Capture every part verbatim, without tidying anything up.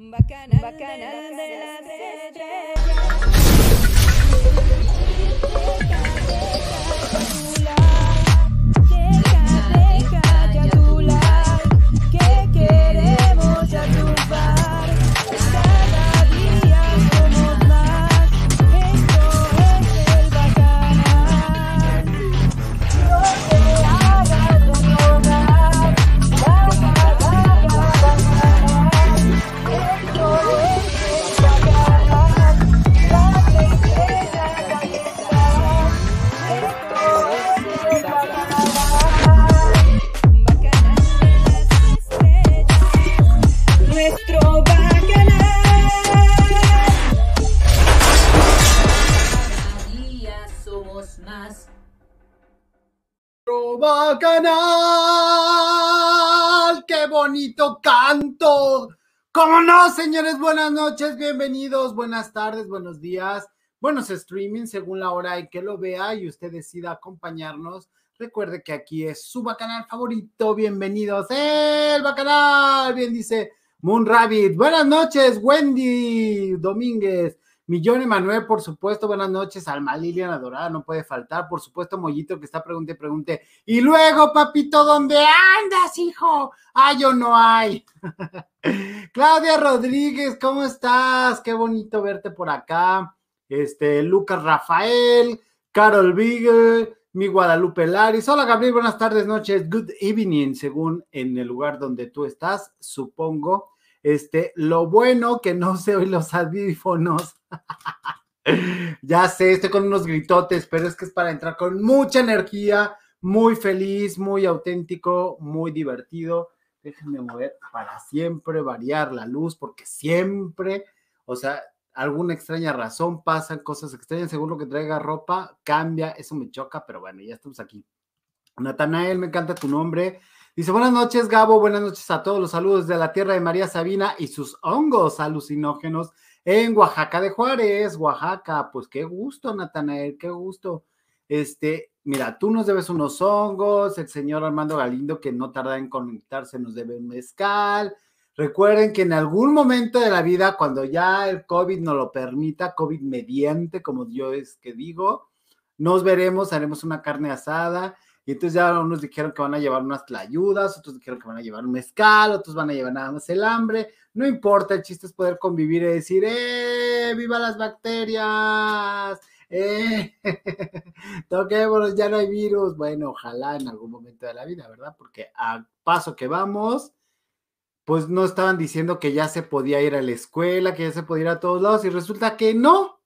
Bacanal, bacanal de las estrellas. Deja, deja ya tu like, que queremos ya triunfar. Cada día somos más, esto es el bacanal. No te hagas rogar, baja, baja, bacanal. Esto es el bacanal, las estrellas ahí están. Esto es el bacanal. Bacanal de las estrellas, nuestro bacanal. Cada día somos más. Bacanal, qué bonito canto. ¿Cómo no, señores? Buenas noches, bienvenidos, buenas tardes, buenos días, buenos streaming según la hora en que lo vea y usted decida acompañarnos. Recuerde que aquí es su bacanal favorito. Bienvenidos, el bacanal. Bien dice Moon Rabbit. Buenas noches, Wendy Domínguez. Millón Emanuel, por supuesto, buenas noches. Alma Lilian Adorada, no puede faltar. Por supuesto, Mollito, que está pregunte, pregunte. Y luego, papito, ¿dónde andas, hijo? Ah, yo no hay. Claudia Rodríguez, ¿cómo estás? Qué bonito verte por acá. Este, Lucas Rafael, Carol Beagle, mi Guadalupe Laris. Hola, Gabriel, buenas tardes, noches. Good evening, según en el lugar donde tú estás, supongo. Este, lo bueno que no se oyen los audífonos. Ya sé, estoy con unos gritotes, pero es que es para entrar con mucha energía, muy feliz, muy auténtico, muy divertido. Déjenme mover para siempre variar la luz, porque siempre, o sea, alguna extraña razón pasan cosas extrañas, según lo que traiga ropa, cambia, eso me choca, pero bueno, ya estamos aquí. Natanael, me encanta tu nombre. Dice, buenas noches, Gabo, buenas noches a todos, los saludos de la tierra de María Sabina y sus hongos alucinógenos en Oaxaca de Juárez, Oaxaca. Pues qué gusto, Natanael, qué gusto. Este, mira, tú nos debes unos hongos, el señor Armando Galindo, que no tarda en conectarse, nos debe un mezcal. Recuerden que en algún momento de la vida, cuando ya el COVID nos lo permita, COVID mediante, como yo es que digo, nos veremos, haremos una carne asada. Y entonces ya unos dijeron que van a llevar unas tlayudas, otros dijeron que van a llevar un mezcal, otros van a llevar nada más el hambre. No importa, el chiste es poder convivir y decir, ¡eh! ¡Viva las bacterias! ¡Eh! Toquémonos, ya no hay virus. Bueno, ojalá en algún momento de la vida, ¿verdad? Porque a paso que vamos, pues no estaban diciendo que ya se podía ir a la escuela, que ya se podía ir a todos lados, y resulta que no.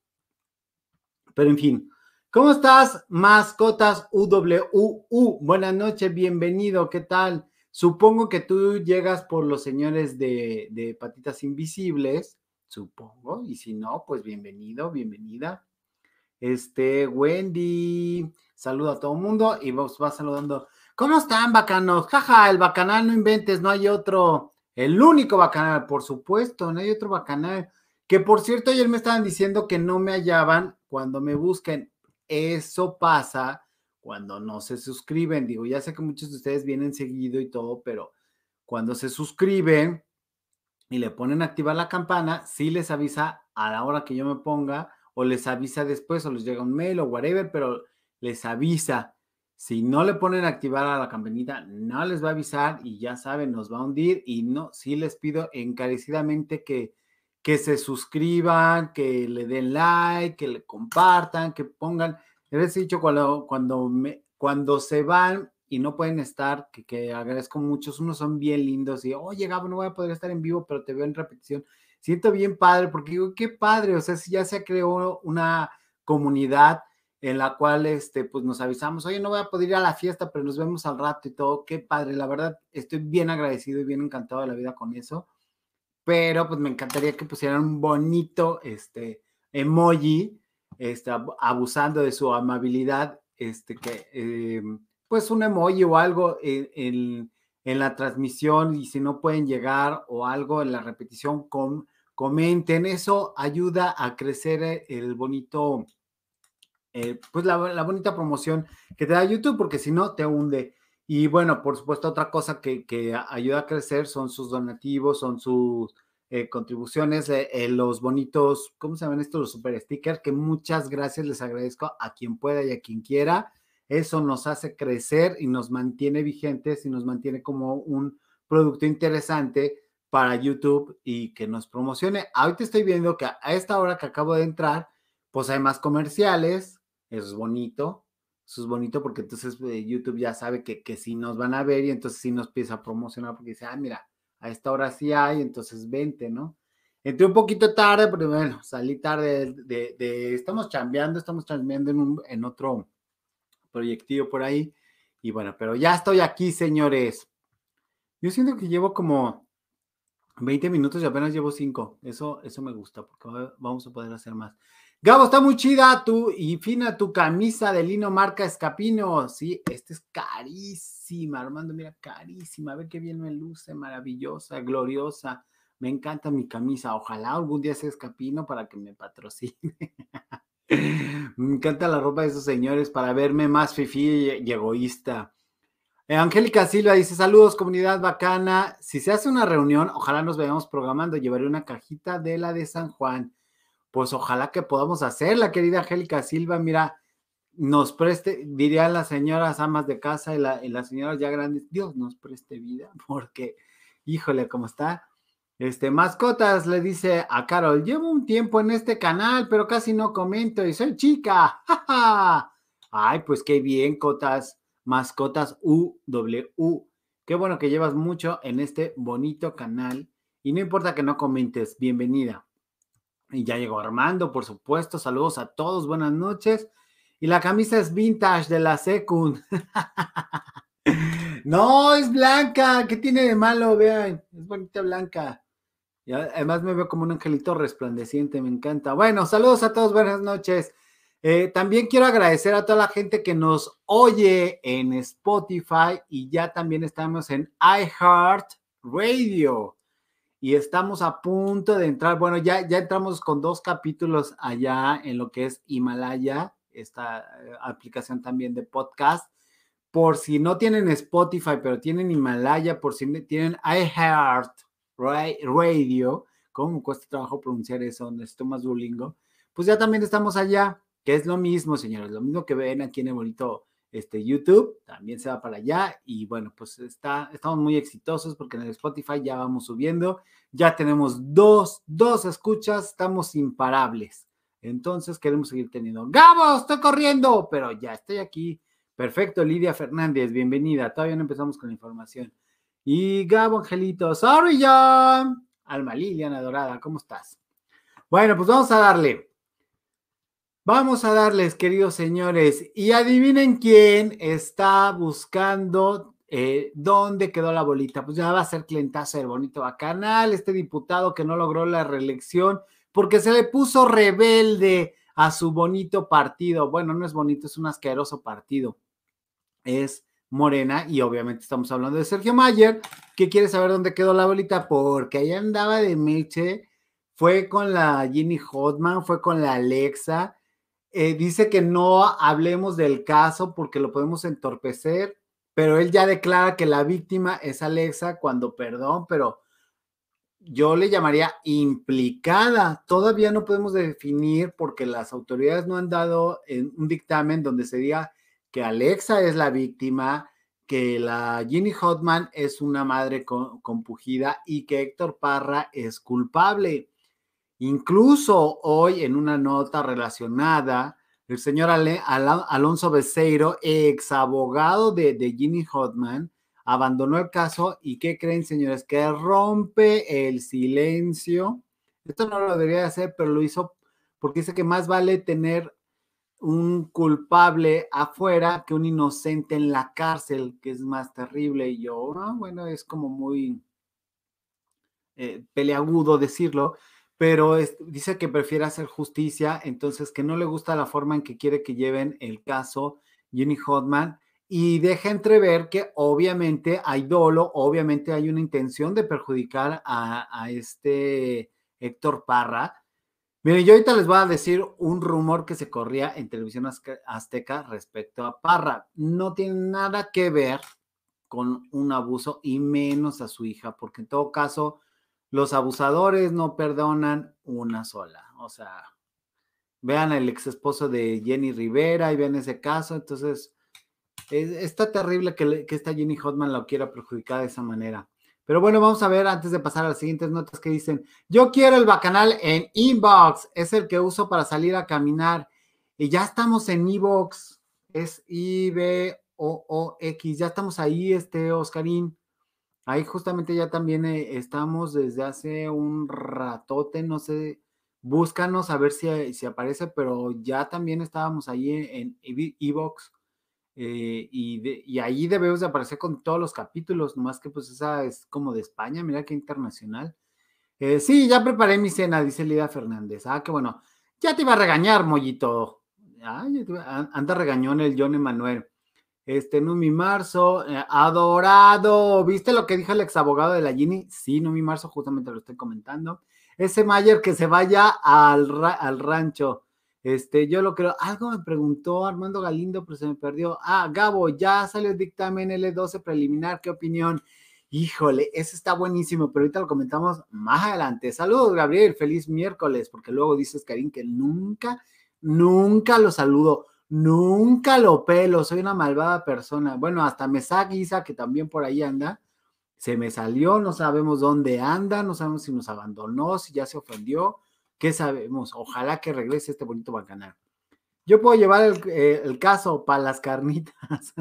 Pero en fin. ¿Cómo estás, mascotas U W U? Buenas noches, bienvenido, ¿qué tal? Supongo que tú llegas por los señores de, de Patitas Invisibles, supongo, y si no, pues bienvenido, bienvenida. Este, Wendy, saluda a todo el mundo y vos vas saludando. ¿Cómo están, bacanos? Jaja, el bacanal, no inventes, no hay otro, el único bacanal, por supuesto, no hay otro bacanal. Que por cierto, ayer me estaban diciendo que no me hallaban cuando me busquen. Eso pasa cuando no se suscriben. Digo, ya sé que muchos de ustedes vienen seguido y todo, pero cuando se suscriben y le ponen a activar la campana, sí les avisa a la hora que yo me ponga, o les avisa después, o les llega un mail o whatever, pero les avisa. Si no le ponen a activar a la campanita, no les va a avisar y ya saben, nos va a hundir. Y no, sí les pido encarecidamente que que se suscriban, que le den like, que le compartan, que pongan, les he dicho cuando, cuando, me, cuando se van y no pueden estar, que, que agradezco muchos, unos son bien lindos y, oye, Gabo, no voy a poder estar en vivo, pero te veo en repetición. Siento bien padre, porque digo, qué padre, o sea, si ya se creó una comunidad en la cual, este, pues nos avisamos, oye, no voy a poder ir a la fiesta, pero nos vemos al rato y todo, qué padre, la verdad, estoy bien agradecido y bien encantado de la vida con eso. Pero pues me encantaría que pusieran un bonito este, emoji, este, abusando de su amabilidad, este, que, eh, pues un emoji o algo en, en, en la transmisión, y si no pueden llegar o algo en la repetición, com, comenten, eso ayuda a crecer el bonito, eh, pues la, la bonita promoción que te da YouTube, porque si no te hunde. Y bueno, por supuesto, otra cosa que, que ayuda a crecer son sus donativos, son sus eh, contribuciones, eh, eh, los bonitos, ¿cómo se llaman estos? Los super stickers, que muchas gracias, les agradezco a quien pueda y a quien quiera. Eso nos hace crecer y nos mantiene vigentes y nos mantiene como un producto interesante para YouTube y que nos promocione. Ahorita estoy viendo que a esta hora que acabo de entrar, pues hay más comerciales, eso es bonito, eso es bonito porque entonces eh, YouTube ya sabe que, que sí nos van a ver y entonces sí nos empieza a promocionar porque dice, ah, mira, a esta hora sí hay, entonces vente, ¿no? Entré un poquito tarde, pero bueno, salí tarde de, de, de estamos chambeando, estamos chambeando en, un, en otro proyectillo por ahí. Y bueno, pero ya estoy aquí, señores. Yo siento que llevo como veinte minutos y apenas llevo cinco. Eso, eso me gusta porque vamos a poder hacer más. Gabo, está muy chida tu y fina tu camisa de lino marca Escapino. Sí, esta es carísima, Armando, mira, carísima. A ver qué bien me luce, maravillosa, gloriosa. Me encanta mi camisa. Ojalá algún día sea Escapino para que me patrocine. Me encanta la ropa de esos señores para verme más fifí y egoísta. Eh, Angélica Silva dice, saludos comunidad bacana, si se hace una reunión, ojalá nos vayamos programando, llevaré una cajita de la de San Juan, pues ojalá que podamos hacerla, querida Angélica Silva, mira, nos preste, dirían las señoras amas de casa y, la, y las señoras ya grandes, Dios nos preste vida, porque, híjole, ¿cómo está? Este, mascotas, le dice a Carol, llevo un tiempo en este canal, pero casi no comento y soy chica. ¡Ja, ja! Ay, pues qué bien, Cotas, mascotas U W. Qué bueno que llevas mucho en este bonito canal y no importa que no comentes, bienvenida. Y ya llegó Armando, por supuesto, saludos a todos, buenas noches. Y la camisa es vintage de la Secund. No, es blanca, ¿qué tiene de malo? Vean, es bonita blanca. Y además me veo como un angelito resplandeciente, me encanta. Bueno, saludos a todos, buenas noches. Eh, también quiero agradecer a toda la gente que nos oye en Spotify y ya también estamos en iHeartRadio y estamos a punto de entrar, bueno, ya, ya entramos con dos capítulos allá en lo que es Himalaya, esta eh, aplicación también de podcast. Por si no tienen Spotify, pero tienen Himalaya, por si tienen iHeart Radio, ¿cómo me cuesta trabajo pronunciar eso? Necesito más Duolingo. Pues ya también estamos allá, que es lo mismo, señores, lo mismo que ven aquí en el bonito este, YouTube, también se va para allá y bueno, pues está, estamos muy exitosos porque en el Spotify ya vamos subiendo, ya tenemos dos, dos escuchas, estamos imparables. Entonces queremos seguir teniendo. ¡Gabo, estoy corriendo! Pero ya estoy aquí. Perfecto, Lidia Fernández, bienvenida. Todavía no empezamos con la información. Y Gabo Angelito, sorry John. Alma Liliana Dorada, ¿cómo estás? Bueno, pues vamos a darle. Vamos a darles, queridos señores. Y adivinen quién está buscando eh, dónde quedó la bolita. Pues ya va a ser clientazo del bonito bacanal. Este diputado que no logró la reelección porque se le puso rebelde a su bonito partido. Bueno, no es bonito, es un asqueroso partido. Es Morena y obviamente estamos hablando de Sergio Mayer, que quiere saber dónde quedó la bolita porque ahí andaba de meche, fue con la Ginny Hotman, fue con la Alexa, eh, dice que no hablemos del caso porque lo podemos entorpecer, pero él ya declara que la víctima es Alexa cuando, perdón, pero yo le llamaría implicada. Todavía no podemos definir porque las autoridades no han dado un dictamen donde se diga que Alexa es la víctima, que la Ginny Hotman es una madre compugida y que Héctor Parra es culpable. Incluso hoy en una nota relacionada, el señor Ale, Al, Alonso Beceiro, ex abogado de, de Ginny Hotman, abandonó el caso y ¿qué creen, señores? Que rompe el silencio. Esto no lo debería hacer, pero lo hizo porque dice que más vale tener un culpable afuera que un inocente en la cárcel, que es más terrible. Y yo, ah, bueno, es como muy eh, peleagudo decirlo, pero es, dice que prefiere hacer justicia, entonces que no le gusta la forma en que quiere que lleven el caso Ginny Hotman y deja entrever que obviamente hay dolo, obviamente hay una intención de perjudicar a, a este Héctor Parra. Miren, yo ahorita les voy a decir un rumor que se corría en Televisión Azteca respecto a Parra. No tiene nada que ver con un abuso y menos a su hija, porque en todo caso Los abusadores no perdonan una sola. O sea, vean al ex esposo de Jenny Rivera y vean ese caso. Entonces, es, está terrible que, le, que esta Jenny Hotman lo quiera perjudicar de esa manera. Pero bueno, vamos a ver antes de pasar a las siguientes notas que dicen, yo quiero el bacanal en inbox, es el que uso para salir a caminar. Y ya estamos en iVoox, es I B O O X, ya estamos ahí, este Oscarín. Ahí justamente ya también eh, estamos desde hace un ratote, no sé, búscanos a ver si, si aparece, pero ya también estábamos ahí en iVoox. Eh, y, de, y ahí debemos de aparecer con todos los capítulos, nomás que pues esa es como de España, mira qué internacional. Eh, sí, ya preparé mi cena, dice Lida Fernández. Ah, qué bueno. Ya te iba a regañar, Mollito. Ah, ya te iba, anda regañón el John Emanuel. Este, Numi Marzo, eh, adorado. ¿Viste lo que dijo el ex abogado de la Gini? Sí, Numi Marzo, justamente lo estoy comentando. Ese Mayer que se vaya al, ra al rancho. Este, yo lo creo. Algo me preguntó Armando Galindo, pero se me perdió. Ah, Gabo, ya salió el dictamen L doce preliminar. ¿Qué opinión? Híjole, ese está buenísimo, pero ahorita lo comentamos más adelante. Saludos, Gabriel. Feliz miércoles, porque luego dices, Karim, que nunca, nunca lo saludo. Nunca lo pelo, soy una malvada persona. Bueno, hasta Mesak Isa, que también por ahí anda, se me salió, no sabemos dónde anda, no sabemos si nos abandonó, si ya se ofendió, ¿qué sabemos? Ojalá que regrese este bonito bacanal. Yo puedo llevar el, eh, el caso para las carnitas.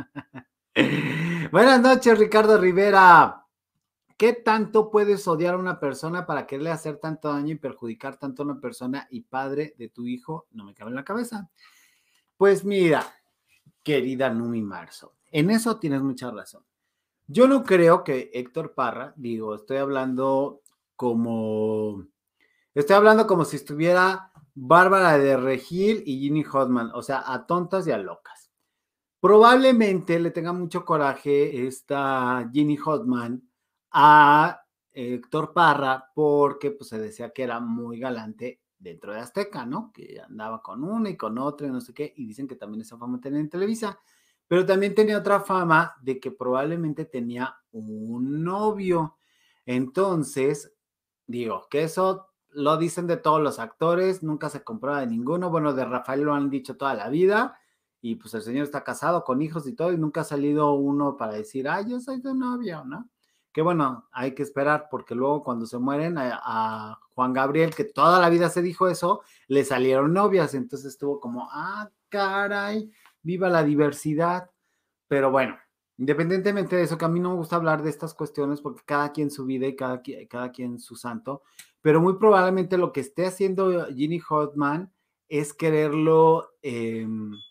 Buenas noches, Ricardo Rivera. ¿Qué tanto puedes odiar a una persona para quererle hacer tanto daño y perjudicar tanto a una persona y padre de tu hijo? No me cabe en la cabeza. Pues mira, querida Numi Marzo, en eso tienes mucha razón. Yo no creo que Héctor Parra, digo, estoy hablando como, estoy hablando como si estuviera Bárbara de Regil y Ginny Hotman, o sea, a tontas y a locas. Probablemente le tenga mucho coraje esta Ginny Hotman a Héctor Parra porque pues se decía que era muy galante dentro de Azteca, ¿no? Que andaba con una y con otra y no sé qué, y dicen que también esa fama tenía en Televisa, pero también tenía otra fama de que probablemente tenía un novio. Entonces, digo, que eso lo dicen de todos los actores, nunca se comprueba de ninguno, bueno, de Rafael lo han dicho toda la vida, y pues el señor está casado con hijos y todo, y nunca ha salido uno para decir, ay, yo soy tu novio, ¿no? Que bueno, hay que esperar, porque luego cuando se mueren a, a Juan Gabriel, que toda la vida se dijo eso, le salieron novias, entonces estuvo como, ah, caray, viva la diversidad. Pero bueno, independientemente de eso, que a mí no me gusta hablar de estas cuestiones porque cada quien su vida y cada, cada quien su santo, pero muy probablemente lo que esté haciendo Ginny Hotman es quererlo eh,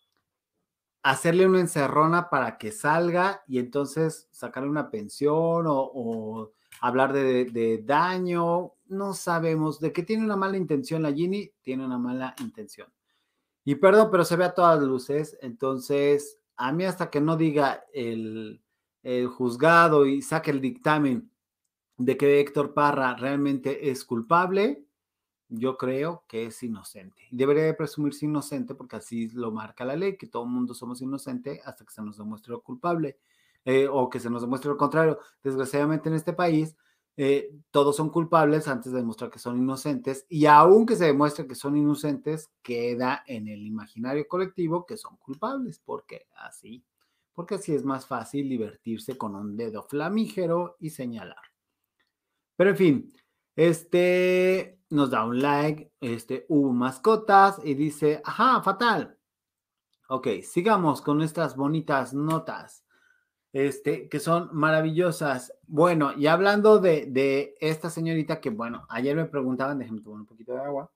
hacerle una encerrona para que salga y entonces sacarle una pensión o, o hablar de, de daño, no sabemos, de que tiene una mala intención la Ginny, tiene una mala intención. Y perdón, pero se ve a todas luces, entonces a mí hasta que no diga el, el juzgado y saque el dictamen de que Héctor Parra realmente es culpable, yo creo que es inocente. Y debería de presumirse inocente porque así lo marca la ley, que todo el mundo somos inocentes hasta que se nos demuestre lo culpable eh, o que se nos demuestre lo contrario. Desgraciadamente en este país eh, todos son culpables antes de demostrar que son inocentes y aunque se demuestre que son inocentes, queda en el imaginario colectivo que son culpables, porque así, porque así es más fácil divertirse con un dedo flamígero y señalar. Pero en fin, este nos da un like, este hubo mascotas y dice, ajá, fatal. Ok, sigamos con nuestras bonitas notas. Este, que son maravillosas. Bueno, y hablando de, de esta señorita que, bueno, ayer me preguntaban, déjenme tomar un poquito de agua.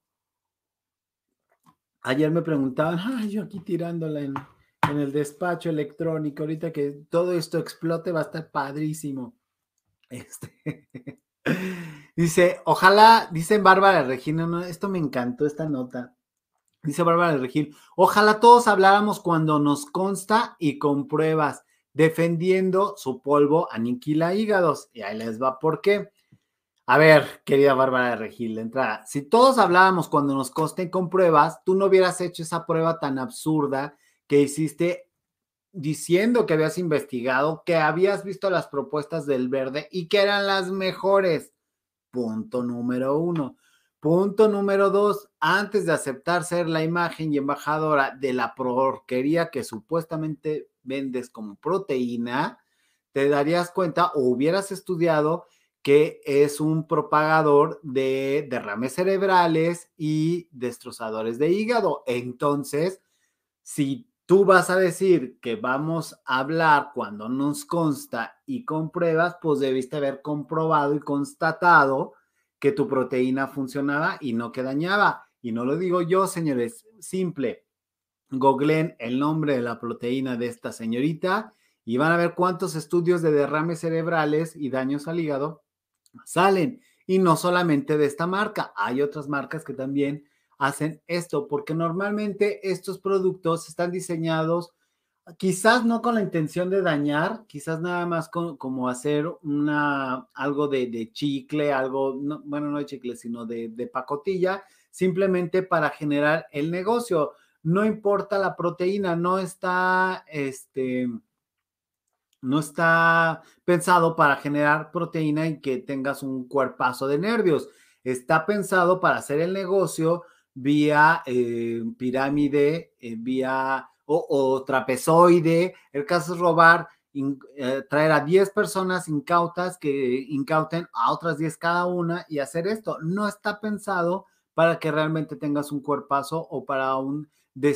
Ayer me preguntaban, ay, yo aquí tirándola en, en el despacho electrónico, ahorita que todo esto explote va a estar padrísimo. Este, dice, ojalá, dice Bárbara Regina, no, esto me encantó, esta nota. Dice Bárbara Regil, ojalá todos habláramos cuando nos consta y con pruebas, defendiendo su polvo aniquila hígados. Y ahí les va por qué. A ver, querida Bárbara de Regil, de entrada, si todos hablábamos cuando nos consta y con pruebas, tú no hubieras hecho esa prueba tan absurda que hiciste diciendo que habías investigado, que habías visto las propuestas del Verde y que eran las mejores. Punto número uno. Punto número dos, antes de aceptar ser la imagen y embajadora de la porquería que supuestamente vendes como proteína, te darías cuenta o hubieras estudiado que es un propagador de derrames cerebrales y destrozadores de hígado. Entonces, si tú vas a decir que vamos a hablar cuando nos consta y con pruebas, pues debiste haber comprobado y constatado que tu proteína funcionaba y no que dañaba. Y no lo digo yo, señores, simple. Googleen el nombre de la proteína de esta señorita y van a ver cuántos estudios de derrames cerebrales y daños al hígado salen. Y no solamente de esta marca, hay otras marcas que también hacen esto, porque normalmente estos productos están diseñados quizás no con la intención de dañar, quizás nada más con, como hacer una, algo de, de chicle, algo, no, bueno, no de chicle, sino de, de pacotilla, simplemente para generar el negocio. No importa la proteína, no está, este, no está pensado para generar proteína y que tengas un cuerpazo de nervios. Está pensado para hacer el negocio vía eh, pirámide, eh, vía o, o trapezoide. El caso es robar, in, eh, traer a diez personas incautas que incauten a otras diez cada una y hacer esto. No está pensado para que realmente tengas un cuerpazo o para un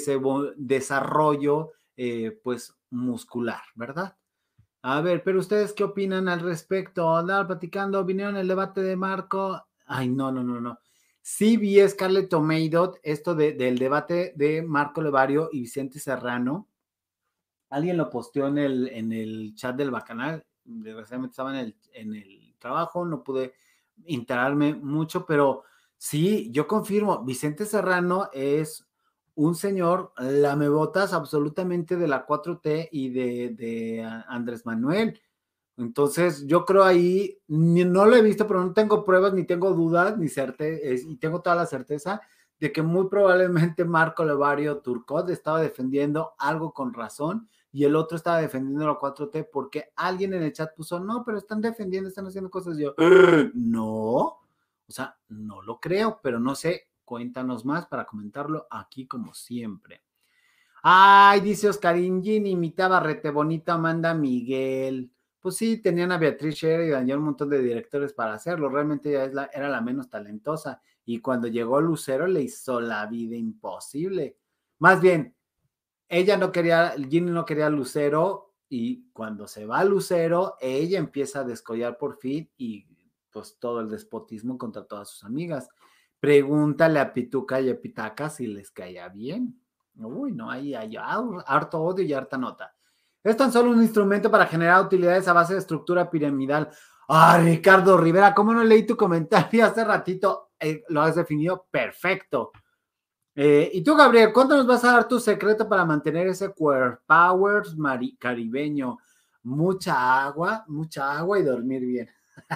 desarrollo eh, pues muscular, ¿verdad? A ver, pero ustedes qué opinan al respecto. Andaba platicando, vinieron el debate de Marco. Ay, no, no, no, no. Sí vi Scarlett O'Meara, esto de, del debate de Marco Levario y Vicente Serrano. Alguien lo posteó en el, en el chat del Bacanal. Desgraciadamente estaba en el, en el trabajo, no pude enterarme mucho, pero sí, yo confirmo, Vicente Serrano es un señor lamebotas absolutamente de la cuatro T y de, de Andrés Manuel. Entonces, yo creo ahí, ni, no lo he visto, pero no tengo pruebas, ni tengo dudas, ni certeza, y tengo toda la certeza de que muy probablemente Marco Levario Turcot estaba defendiendo algo con razón y el otro estaba defendiendo la cuatro T porque alguien en el chat puso, no, pero están defendiendo, están haciendo cosas. Yo, no, o sea, no lo creo, pero no sé, cuéntanos más para comentarlo aquí como siempre. Ay, dice Oscarín, Gini imitaba a Rete Bonita Amanda Miguel. Pues sí, tenían a Beatriz Scherer y dañó un montón de directores para hacerlo. Realmente ella es la, era la menos talentosa. Y cuando llegó Lucero le hizo la vida imposible. Más bien, ella no quería, Gini no quería a Lucero y cuando se va Lucero, ella empieza a descollar por fin y pues todo el despotismo contra todas sus amigas. Pregúntale a Pituca y a Pitaca si les caía bien. Uy, no, ahí hay harto odio y harta nota. Es tan solo un instrumento para generar utilidades a base de estructura piramidal. Ah, Ricardo Rivera, ¿cómo no leí tu comentario hace ratito? Eh, lo has definido perfecto. Eh, y tú, Gabriel, ¿cuánto nos vas a dar tu secreto para mantener ese Queer Powers caribeño? Mucha agua, mucha agua y dormir bien.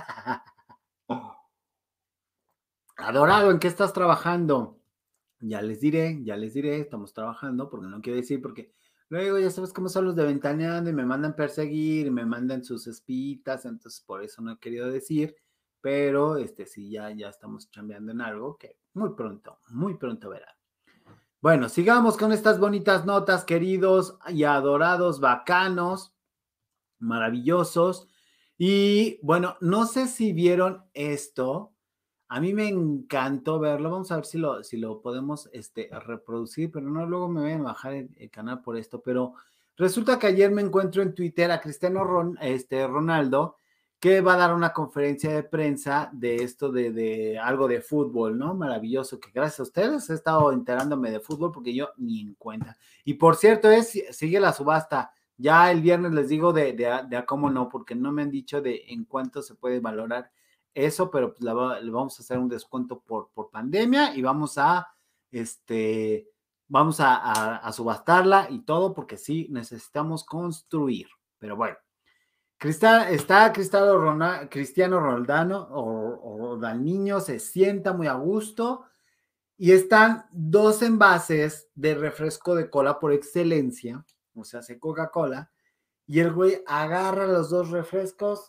Adorado, ¿en qué estás trabajando? Ya les diré, ya les diré, estamos trabajando, porque no quiero decir, porque luego ya sabes cómo son los de Ventaneando y me mandan perseguir, y me mandan sus espitas, entonces por eso no he querido decir, pero este sí, ya, ya estamos chambeando en algo que muy pronto, muy pronto verán. Bueno, sigamos con estas bonitas notas, queridos y adorados bacanos, maravillosos. Y bueno, no sé si vieron esto. A mí me encantó verlo. Vamos a ver si lo, si lo podemos este, reproducir, pero no, luego me voy a bajar el, el canal por esto. Pero resulta que ayer me encuentro en Twitter a Cristiano Ron, este, Ronaldo, que va a dar una conferencia de prensa de esto de, de algo de fútbol, ¿no? Maravilloso, que gracias a ustedes he estado enterándome de fútbol porque yo ni en cuenta. Y por cierto, es, sigue la subasta. Ya el viernes les digo de, de, de a cómo no, porque no me han dicho de en cuánto se puede valorar eso, pero pues la, le vamos a hacer un descuento por, por pandemia y vamos a, este, vamos a, a, a subastarla y todo, porque sí necesitamos construir. Pero bueno, Crista, está Cristiano Ronaldo, Cristiano Roldano o, o al niño, se sienta muy a gusto y están dos envases de refresco de cola por excelencia, o sea, hace Coca-Cola, y el güey agarra los dos refrescos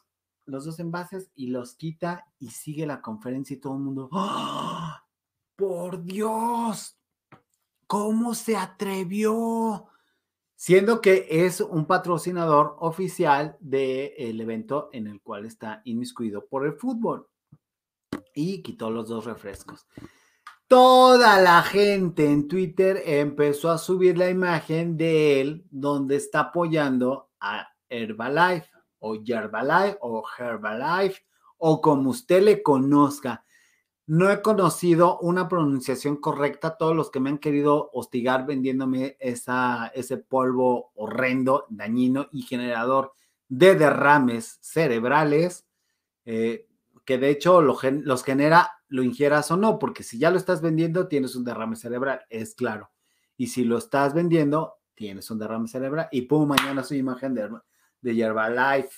los dos envases y los quita y sigue la conferencia y todo el mundo, ¡oh! ¡Por Dios! ¿Cómo se atrevió? Siendo que es un patrocinador oficial del evento en el cual está inmiscuido por el fútbol. Y quitó los dos refrescos. Toda la gente en Twitter empezó a subir la imagen de él donde está apoyando a Herbalife o Yerbalife o Herbalife o como usted le conozca. No he conocido una pronunciación correcta. Todos los que me han querido hostigar vendiéndome esa, ese polvo horrendo, dañino y generador de derrames cerebrales, eh, que de hecho lo, los genera, lo ingieras o no, porque si ya lo estás vendiendo, tienes un derrame cerebral, es claro. Y si lo estás vendiendo, tienes un derrame cerebral. Y pum, mañana su imagen de, de Herbalife.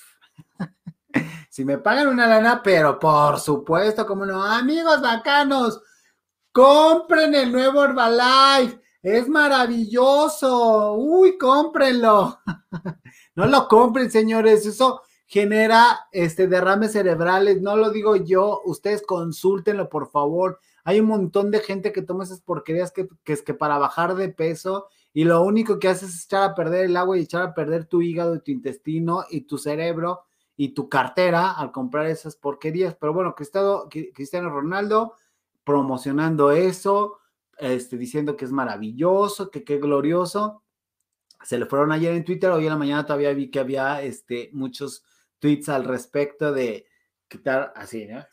Si me pagan una lana, pero por supuesto, como no, amigos bacanos, compren el nuevo Herbalife, es maravilloso, uy, cómprenlo. No lo compren, señores, eso genera este, derrames cerebrales, no lo digo yo, ustedes consúltenlo, por favor. Hay un montón de gente que toma esas porquerías que, que es que para bajar de peso y lo único que haces es echar a perder el agua y echar a perder tu hígado, tu intestino y tu cerebro y tu cartera al comprar esas porquerías. Pero bueno, Cristiano, Cristiano Ronaldo promocionando eso, este, diciendo que es maravilloso, que qué glorioso. Se le fueron ayer en Twitter, hoy en la mañana todavía vi que había este, muchos tweets al respecto de quitar así, ¿no?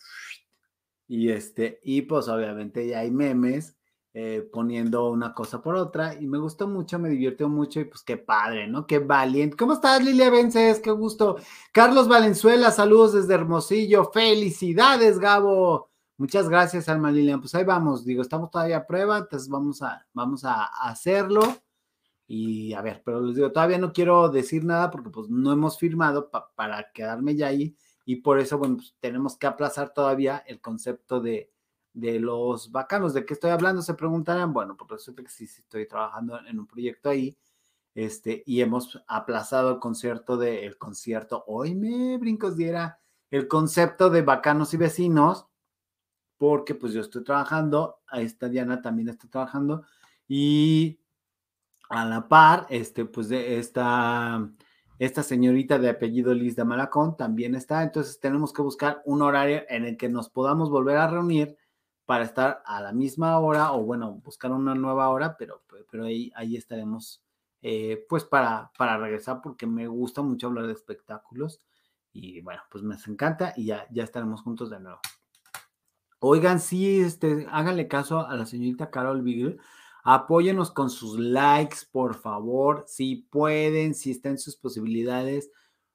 Y, este, y pues obviamente ya hay memes eh, poniendo una cosa por otra y me gustó mucho, me divirtió mucho y pues qué padre, ¿no? Qué valiente. ¿Cómo estás, Lilia Vences? Qué gusto. Carlos Valenzuela, saludos desde Hermosillo. Felicidades, Gabo. Muchas gracias, Alma Lilian. Pues ahí vamos, digo, estamos todavía a prueba, entonces vamos a, vamos a hacerlo. Y a ver, pero les digo, todavía no quiero decir nada porque pues no hemos firmado pa para quedarme ya ahí y por eso, bueno, pues tenemos que aplazar todavía el concepto de, de los bacanos. ¿De qué estoy hablando? Se preguntarán. Bueno, pues resulta que sí, sí estoy trabajando en un proyecto ahí este, y hemos aplazado el concierto de, el concierto, hoy me brincos diera, el concepto de bacanos y vecinos porque pues yo estoy trabajando, a esta Diana también está trabajando y a la par, este, pues de esta, esta señorita de apellido Liz de Malacón también está, entonces tenemos que buscar un horario en el que nos podamos volver a reunir para estar a la misma hora, o bueno, buscar una nueva hora, pero, pero ahí, ahí estaremos, eh, pues para, para regresar, porque me gusta mucho hablar de espectáculos, y bueno, pues me encanta, y ya, ya estaremos juntos de nuevo. Oigan, sí, este, háganle caso a la señorita Carol Beagle. Apóyenos con sus likes, por favor, si pueden, si está en sus posibilidades,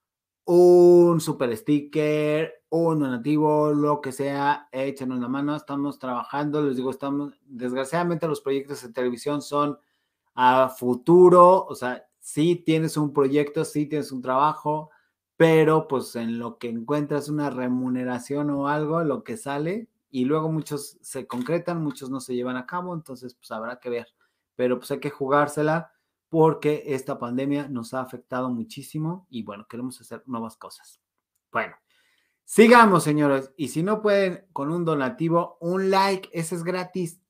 un super sticker, un donativo, lo que sea, échenos la mano, estamos trabajando, les digo, estamos, desgraciadamente los proyectos de televisión son a futuro, o sea, sí tienes un proyecto, sí tienes un trabajo, pero pues en lo que encuentras una remuneración o algo, lo que sale, y luego muchos se concretan, muchos no se llevan a cabo, entonces pues habrá que ver, pero pues hay que jugársela porque esta pandemia nos ha afectado muchísimo y bueno, queremos hacer nuevas cosas. Bueno, sigamos, señores, y si no pueden con un donativo, un like, ese es gratis,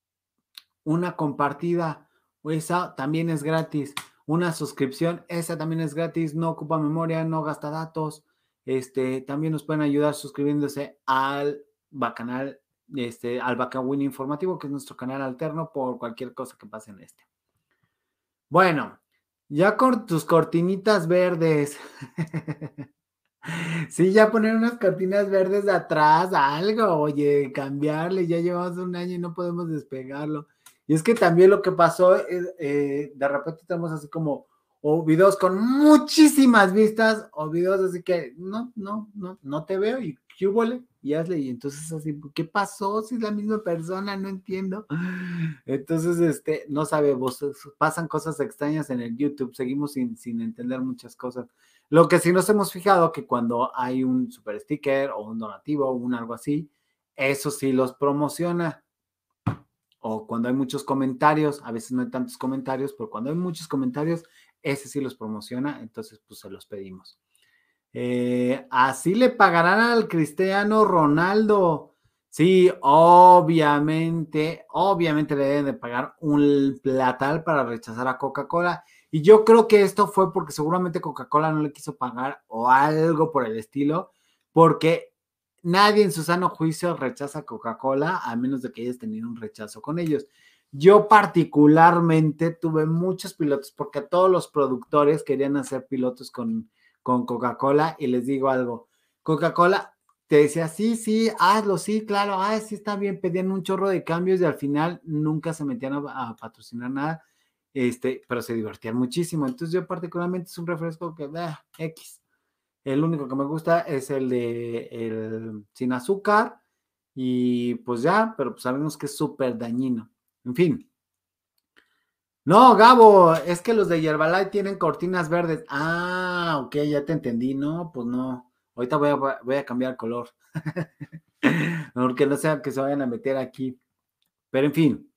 una compartida, esa también es gratis, una suscripción, esa también es gratis, no ocupa memoria, no gasta datos, este, también nos pueden ayudar suscribiéndose al Bacanal, este, al Bacawin Informativo, que es nuestro canal alterno por cualquier cosa que pase en este. Bueno, ya con tus cortinitas verdes. Sí, ya poner unas cortinas verdes de atrás, algo, oye, cambiarle, ya llevamos un año y no podemos despegarlo. Y es que también lo que pasó, es, eh, de repente tenemos así como, o videos con muchísimas vistas, o videos así que, no, no, no, no te veo, y qué huele, y hazle, y entonces así, ¿qué pasó? Si es la misma persona, no entiendo. Entonces, este, no sabemos, pasan cosas extrañas en el YouTube, seguimos sin, sin entender muchas cosas. Lo que sí nos hemos fijado que cuando hay un super sticker o un donativo o un algo así, eso sí los promociona. O cuando hay muchos comentarios, a veces no hay tantos comentarios, pero cuando hay muchos comentarios, ese sí los promociona, entonces pues se los pedimos. Eh, así le pagarán al Cristiano Ronaldo. Sí, obviamente, obviamente le deben de pagar un platal para rechazar a Coca-Cola. Y yo creo que esto fue porque seguramente Coca-Cola no le quiso pagar o algo por el estilo, porque nadie en su sano juicio rechaza a Coca-Cola a menos de que hayas tenido un rechazo con ellos. Yo particularmente tuve muchos pilotos porque todos los productores querían hacer pilotos con, con Coca-Cola y les digo algo, Coca-Cola te decía, sí, sí, hazlo, sí, claro, ah, sí está bien, pedían un chorro de cambios y al final nunca se metían a, a patrocinar nada, este, pero se divertían muchísimo. Entonces yo particularmente es un refresco que, bah, X. El único que me gusta es el de el sin azúcar y pues ya, pero pues sabemos que es súper dañino. En fin. No, Gabo, es que los de Yerbalife tienen cortinas verdes. Ah, ok, ya te entendí. No, pues no. Ahorita voy a, voy a cambiar el color. Porque no sea que se vayan a meter aquí. Pero en fin.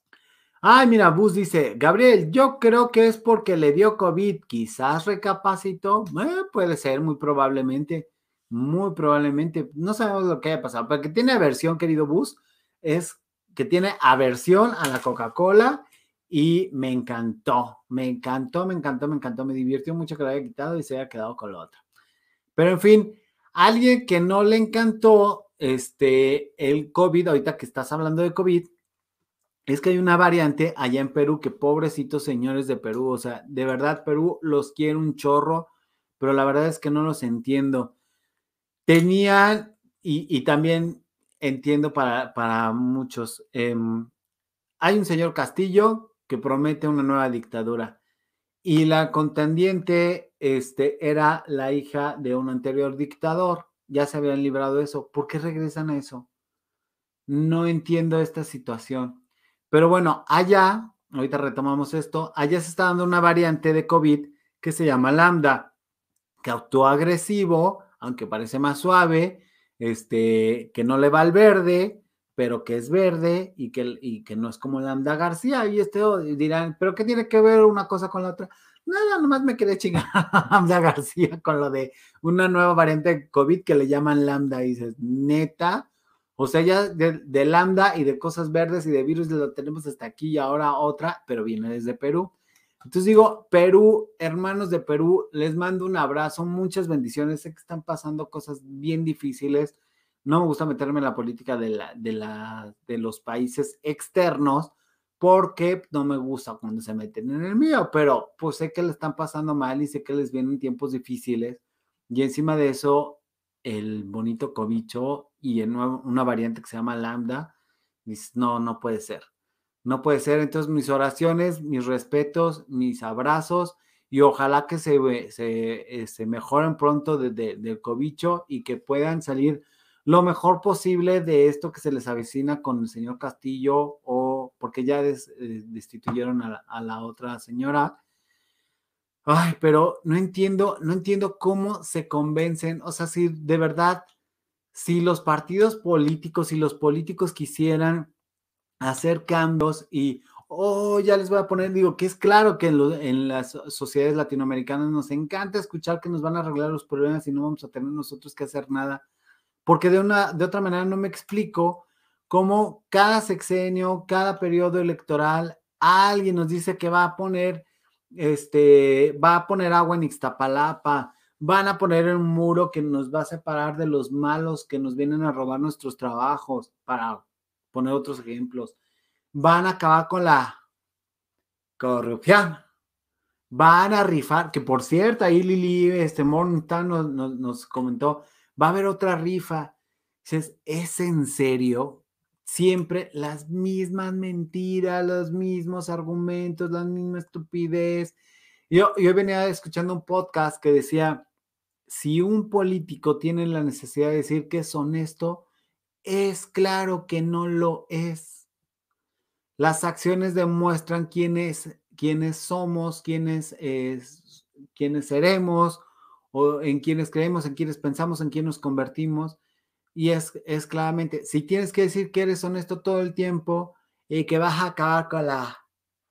Ay, mira, Bus dice, Gabriel, yo creo que es porque le dio COVID, quizás recapacitó. Eh, puede ser, muy probablemente, muy probablemente. No sabemos lo que haya pasado, pero que tiene aversión, querido Bus, es que tiene aversión a la Coca-Cola y me encantó, me encantó, me encantó, me encantó, me divirtió mucho que lo haya quitado y se haya quedado con la otra. Pero en fin, alguien que no le encantó este, el COVID, ahorita que estás hablando de COVID, es que hay una variante allá en Perú que pobrecitos señores de Perú, o sea, de verdad Perú los quiere un chorro, pero la verdad es que no los entiendo. Tenían, y, y también entiendo para, para muchos, eh, hay un señor Castillo que promete una nueva dictadura y la contendiente este, era la hija de un anterior dictador, ya se habían librado de eso. ¿Por qué regresan a eso? No entiendo esta situación. Pero bueno, allá, ahorita retomamos esto, allá se está dando una variante de COVID que se llama Lambda, que actúa agresivo, aunque parece más suave, este, que no le va al verde, pero que es verde y que, y que no es como Lambda García. Y este oh, dirán, ¿pero qué tiene que ver una cosa con la otra? Nada, nomás me quedé chingar a Lambda García con lo de una nueva variante de COVID que le llaman Lambda. Y dices, neta, o sea, ya de, de Lambda y de cosas verdes y de virus lo tenemos hasta aquí y ahora otra, pero viene desde Perú. Entonces digo, Perú, hermanos de Perú, les mando un abrazo, muchas bendiciones. Sé que están pasando cosas bien difíciles. No me gusta meterme en la política de, la, de, la, de los países externos porque no me gusta cuando se meten en el mío, pero pues sé que le están pasando mal y sé que les vienen tiempos difíciles. Y encima de eso, el bonito cobicho y el nuevo, una variante que se llama Lambda, dices, no, no puede ser. No puede ser. Entonces, mis oraciones, mis respetos, mis abrazos y ojalá que se, se, se mejoren pronto de, de, del cobicho y que puedan salir lo mejor posible de esto que se les avecina con el señor Castillo o porque ya des, eh, destituyeron a la, a la otra señora. Ay, pero no entiendo, no entiendo cómo se convencen. O sea, si de verdad, si los partidos políticos, si los políticos quisieran hacer cambios y, oh, ya les voy a poner, digo, que es claro que en, lo, en las sociedades latinoamericanas nos encanta escuchar que nos van a arreglar los problemas y no vamos a tener nosotros que hacer nada, porque de una, de otra manera no me explico cómo cada sexenio, cada periodo electoral, alguien nos dice que va a poner, este, va a poner agua en Ixtapalapa, van a poner un muro que nos va a separar de los malos que nos vienen a robar nuestros trabajos, para poner otros ejemplos. Van a acabar con la corrupción. Van a rifar, que por cierto, ahí Lili, este Morningstar nos, nos, nos comentó, va a haber otra rifa. Dices, ¿es en serio? Siempre las mismas mentiras, los mismos argumentos, la misma estupidez. Yo, yo venía escuchando un podcast que decía, si un político tiene la necesidad de decir que es honesto, es claro que no lo es. Las acciones demuestran quiénes, quiénes somos, quiénes, es, quiénes seremos, o en quiénes creemos, en quiénes pensamos, en quién nos convertimos. Y es, es claramente, si tienes que decir que eres honesto todo el tiempo y que vas a acabar con la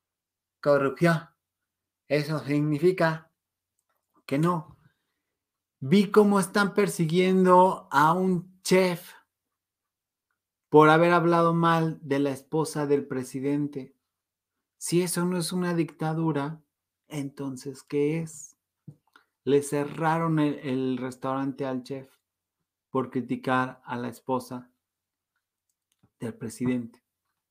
corrupción, eso significa que no. Vi cómo están persiguiendo a un chef por haber hablado mal de la esposa del presidente. Si eso no es una dictadura, entonces, ¿qué es? Le cerraron el, el restaurante al chef por criticar a la esposa del presidente.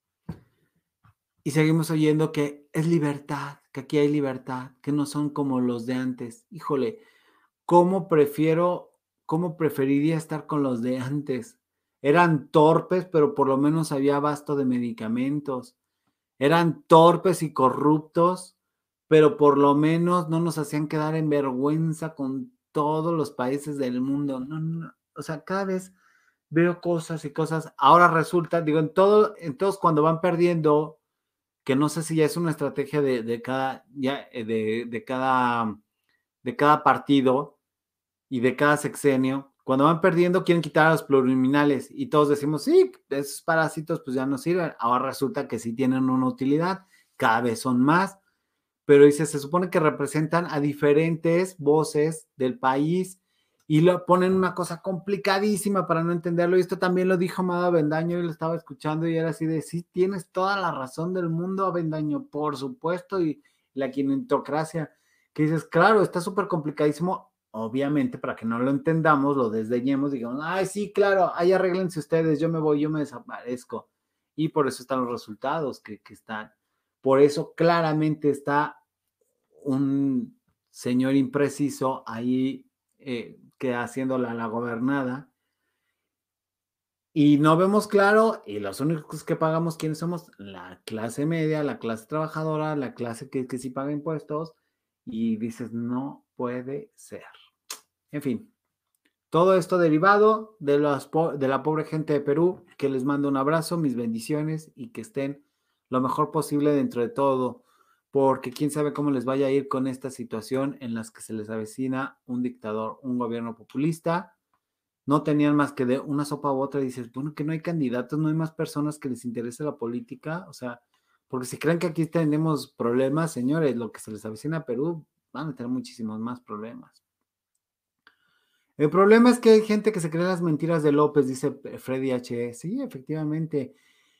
Y seguimos oyendo que es libertad, que aquí hay libertad, que no son como los de antes. Híjole, ¿cómo prefiero, cómo preferiría estar con los de antes? Eran torpes, pero por lo menos había abasto de medicamentos. Eran torpes y corruptos, pero por lo menos no nos hacían quedar en vergüenza con todos los países del mundo. No, no, o sea, cada vez veo cosas y cosas. Ahora resulta, digo, en todo, en todos cuando van perdiendo, que no sé si ya es una estrategia de, de cada, ya, de, de cada, de cada partido y de cada sexenio, cuando van perdiendo quieren quitar a los plurinominales y todos decimos, sí, esos parásitos pues ya no sirven. Ahora resulta que sí tienen una utilidad, cada vez son más, pero dice, se supone que representan a diferentes voces del país y lo ponen una cosa complicadísima para no entenderlo. Y esto también lo dijo Amado Avendaño y lo estaba escuchando y era así de, sí, tienes toda la razón del mundo, Avendaño, por supuesto, y la quinentocracia, que dices, claro, está súper complicadísimo. Obviamente, para que no lo entendamos, lo desdeñemos, digamos, ay, sí, claro, ahí arréglense ustedes, yo me voy, yo me desaparezco. Y por eso están los resultados que, que están. Por eso claramente está un señor impreciso ahí eh, que haciéndola la gobernada. Y no vemos claro, y los únicos que pagamos, ¿quiénes somos? La clase media, la clase trabajadora, la clase que, que sí paga impuestos. Y dices, no puede ser. En fin, todo esto derivado de, los, de la pobre gente de Perú, que les mando un abrazo, mis bendiciones y que estén lo mejor posible dentro de todo, porque quién sabe cómo les vaya a ir con esta situación en las que se les avecina un dictador, un gobierno populista. No tenían más que de una sopa u otra y dices, bueno, que no hay candidatos, no hay más personas que les interese la política, o sea, porque si creen que aquí tenemos problemas, señores, lo que se les avecina a Perú, van a tener muchísimos más problemas. El problema es que hay gente que se cree las mentiras de López, dice Freddy H. Sí, efectivamente.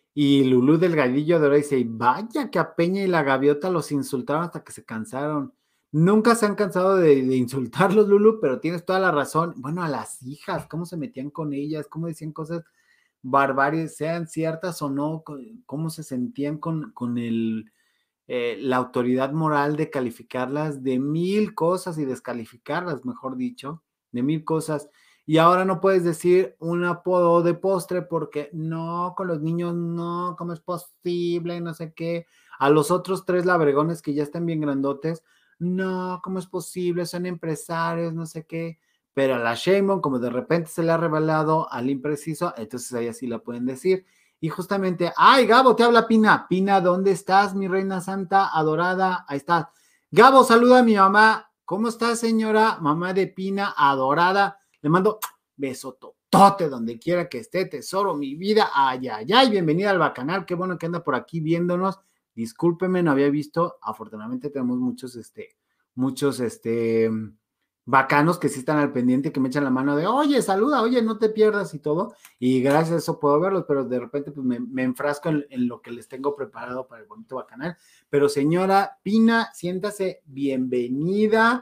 Y Lulú del Galillo de Oro dice, vaya que a Peña y la Gaviota los insultaron hasta que se cansaron. Nunca se han cansado de, de insultarlos, Lulú, pero tienes toda la razón. Bueno, a las hijas, cómo se metían con ellas, cómo decían cosas barbarias, sean ciertas o no, cómo se sentían con, con el, eh, la autoridad moral de calificarlas de mil cosas y descalificarlas, mejor dicho, de mil cosas. Y ahora no puedes decir un apodo de postre porque no, con los niños no, ¿cómo es posible? No sé qué. A los otros tres labregones que ya están bien grandotes, no, ¿cómo es posible? Son empresarios, no sé qué. Pero a la Sheinbaum, como de repente se le ha revelado al impreciso, entonces ahí así la pueden decir. Y justamente, ay, Gabo, te habla Pina. Pina, ¿dónde estás, mi reina santa adorada? Ahí estás. Gabo, saluda a mi mamá. ¿Cómo estás, señora? Mamá de Pina, adorada. Le mando beso totote donde quiera que esté, tesoro, mi vida. Ay, ay, ay, bienvenida al Bacanal. Qué bueno que anda por aquí viéndonos. Discúlpeme, no había visto. Afortunadamente tenemos muchos, este, muchos, este, bacanos que sí están al pendiente, que me echan la mano de, oye, saluda, oye, no te pierdas y todo. Y gracias a eso puedo verlos, pero de repente pues me, me enfrasco en, en lo que les tengo preparado para el bonito Bacanal. Pero señora Pina, siéntase bienvenida.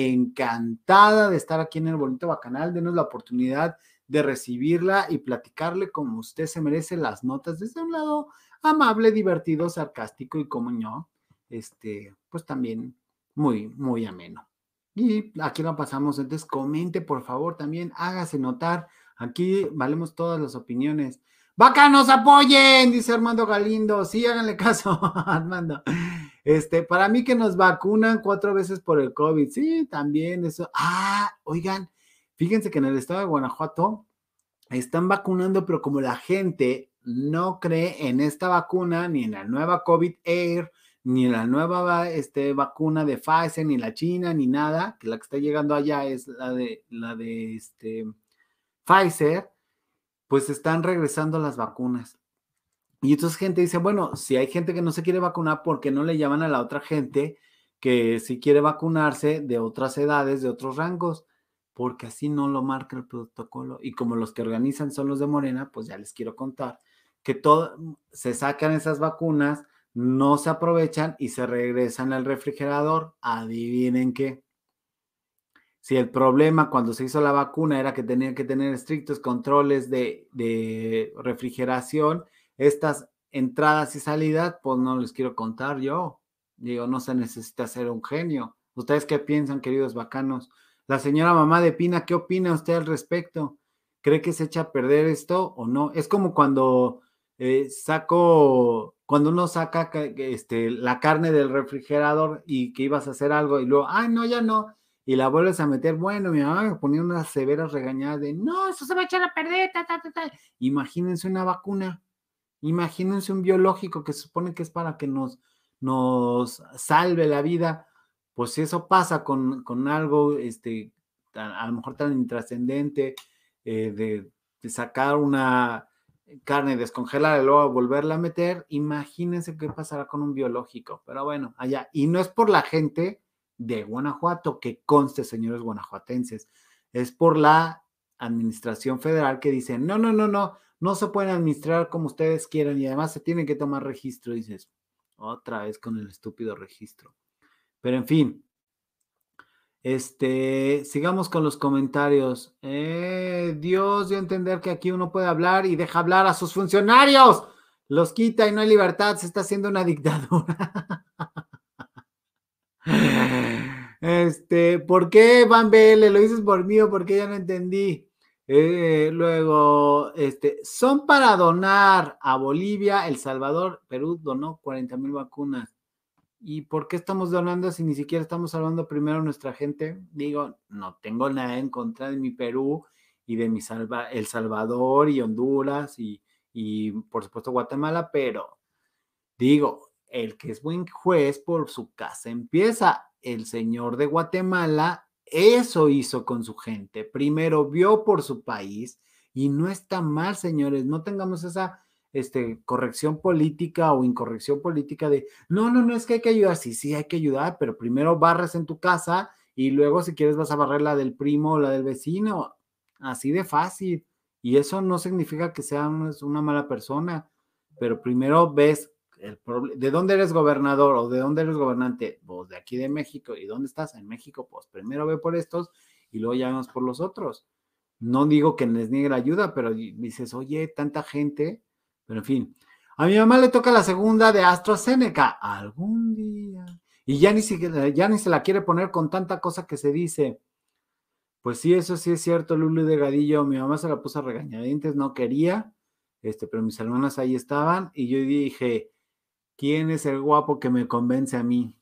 Encantada de estar aquí en el bonito Bacanal. Denos la oportunidad de recibirla y platicarle como usted se merece las notas desde un lado amable, divertido, sarcástico y como no, este, pues también muy, muy ameno. Y aquí lo pasamos, entonces comente por favor también, hágase notar, aquí valemos todas las opiniones. ¡Bacanos, apoyen! Dice Armando Galindo. Sí, háganle caso, Armando. Este, para mí que nos vacunan cuatro veces por el COVID. Sí, también eso. Ah, oigan, fíjense que en el estado de Guanajuato están vacunando, pero como la gente no cree en esta vacuna, ni en la nueva COVID Air, ni en la nueva este, vacuna de Pfizer, ni la China, ni nada, que la que está llegando allá es la de, la de este, Pfizer, pues están regresando las vacunas. Y entonces gente dice, bueno, si hay gente que no se quiere vacunar, ¿por qué no le llaman a la otra gente que sí quiere vacunarse de otras edades, de otros rangos? porque así no lo marca el protocolo. Y como los que organizan son los de Morena, pues ya les quiero contar que todo, se sacan esas vacunas, no se aprovechan y se regresan al refrigerador. Adivinen qué. Si el problema cuando se hizo la vacuna era que tenían que tener estrictos controles de, de refrigeración, estas entradas y salidas, pues no les quiero contar yo. Digo, no se necesita ser un genio. ¿Ustedes qué piensan, queridos bacanos? La señora mamá de Pina, ¿qué opina usted al respecto? ¿Cree que se echa a perder esto o no? Es como cuando eh, saco, cuando uno saca este, la carne del refrigerador y que ibas a hacer algo y luego, ay, no, ya no. Y la vuelves a meter, bueno, mi mamá me ponía unas severas regañadas de, no, eso se va a echar a perder, ta, ta, ta, ta. Imagínense una vacuna, imagínense un biológico que se supone que es para que nos, nos salve la vida. Pues si eso pasa con, con algo, este, a, a lo mejor tan intrascendente, eh, de, de sacar una carne, descongelar y luego volverla a meter, imagínense qué pasará con un biológico. Pero bueno, allá, y no es por la gente de Guanajuato, que conste, señores guanajuatenses, es por la administración federal que dice, no, no, no, no, no se pueden administrar como ustedes quieran y además se tienen que tomar registro. Y dices, otra vez con el estúpido registro. Pero en fin, este, sigamos con los comentarios. Eh, Dios dio a entender que aquí uno puede hablar y deja hablar a sus funcionarios. Los quita y no hay libertad, se está haciendo una dictadura. Este, ¿por qué Van B L? ¿Lo dices por mí o por qué ya no entendí? Eh, luego, este, son para donar a Bolivia, El Salvador, Perú donó cuarenta mil vacunas. ¿Y por qué estamos donando si ni siquiera estamos salvando primero a nuestra gente? Digo, no tengo nada en contra de mi Perú y de mi Salva, El Salvador y Honduras y, y por supuesto Guatemala, pero digo, el que es buen juez por su casa empieza. El señor de Guatemala eso hizo con su gente. Primero vio por su país y no está mal, señores. No tengamos esa este, corrección política o incorrección política de no, no, no, es que hay que ayudar. Sí, sí, hay que ayudar, pero primero barres en tu casa y luego si quieres vas a barrer la del primo o la del vecino. Así de fácil. Y eso no significa que sea una, una mala persona, pero primero ves el ¿de dónde eres gobernador o de dónde eres gobernante? Pues de aquí de México. ¿Y dónde estás? En México. Pues primero ve por estos y luego ya vamos por los otros. No digo que les niegue la ayuda, pero dices, oye, tanta gente. Pero en fin, a mi mamá le toca la segunda de AstraZeneca algún día. Y ya ni, siquiera, ya ni se la quiere poner con tanta cosa que se dice. Pues sí, eso sí es cierto, Lulu Delgadillo. Mi mamá se la puso a regañadientes, no quería, este, pero mis hermanas ahí estaban y yo dije, ¿quién es el guapo que me convence a mí?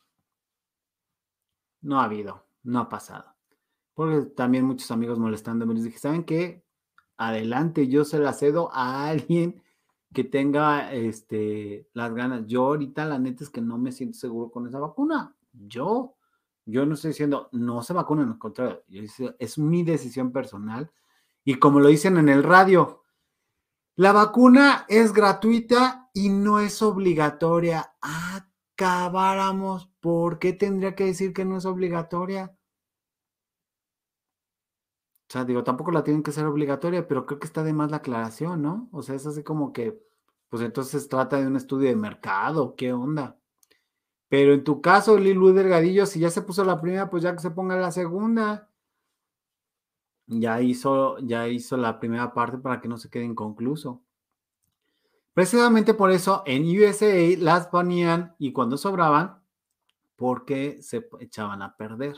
No ha habido, no ha pasado. Porque también muchos amigos molestándome les dije, ¿saben qué? Adelante, yo se la cedo a alguien que tenga este, las ganas. Yo ahorita la neta es que no me siento seguro con esa vacuna. Yo, yo no estoy diciendo, no se vacunen, al contrario, es mi decisión personal. Y como lo dicen en el radio, la vacuna es gratuita y no es obligatoria. Acabáramos. ¿Por qué tendría que decir que no es obligatoria? O sea, digo, tampoco la tienen que ser obligatoria, pero creo que está de más la aclaración, ¿no? O sea, es así como que, pues entonces trata de un estudio de mercado, ¿qué onda? Pero en tu caso, Lilu Delgadillo, si ya se puso la primera, pues ya que se ponga la segunda. Ya hizo, ya hizo la primera parte para que no se quede inconcluso. Precisamente por eso en U S A las ponían y cuando sobraban, porque se echaban a perder.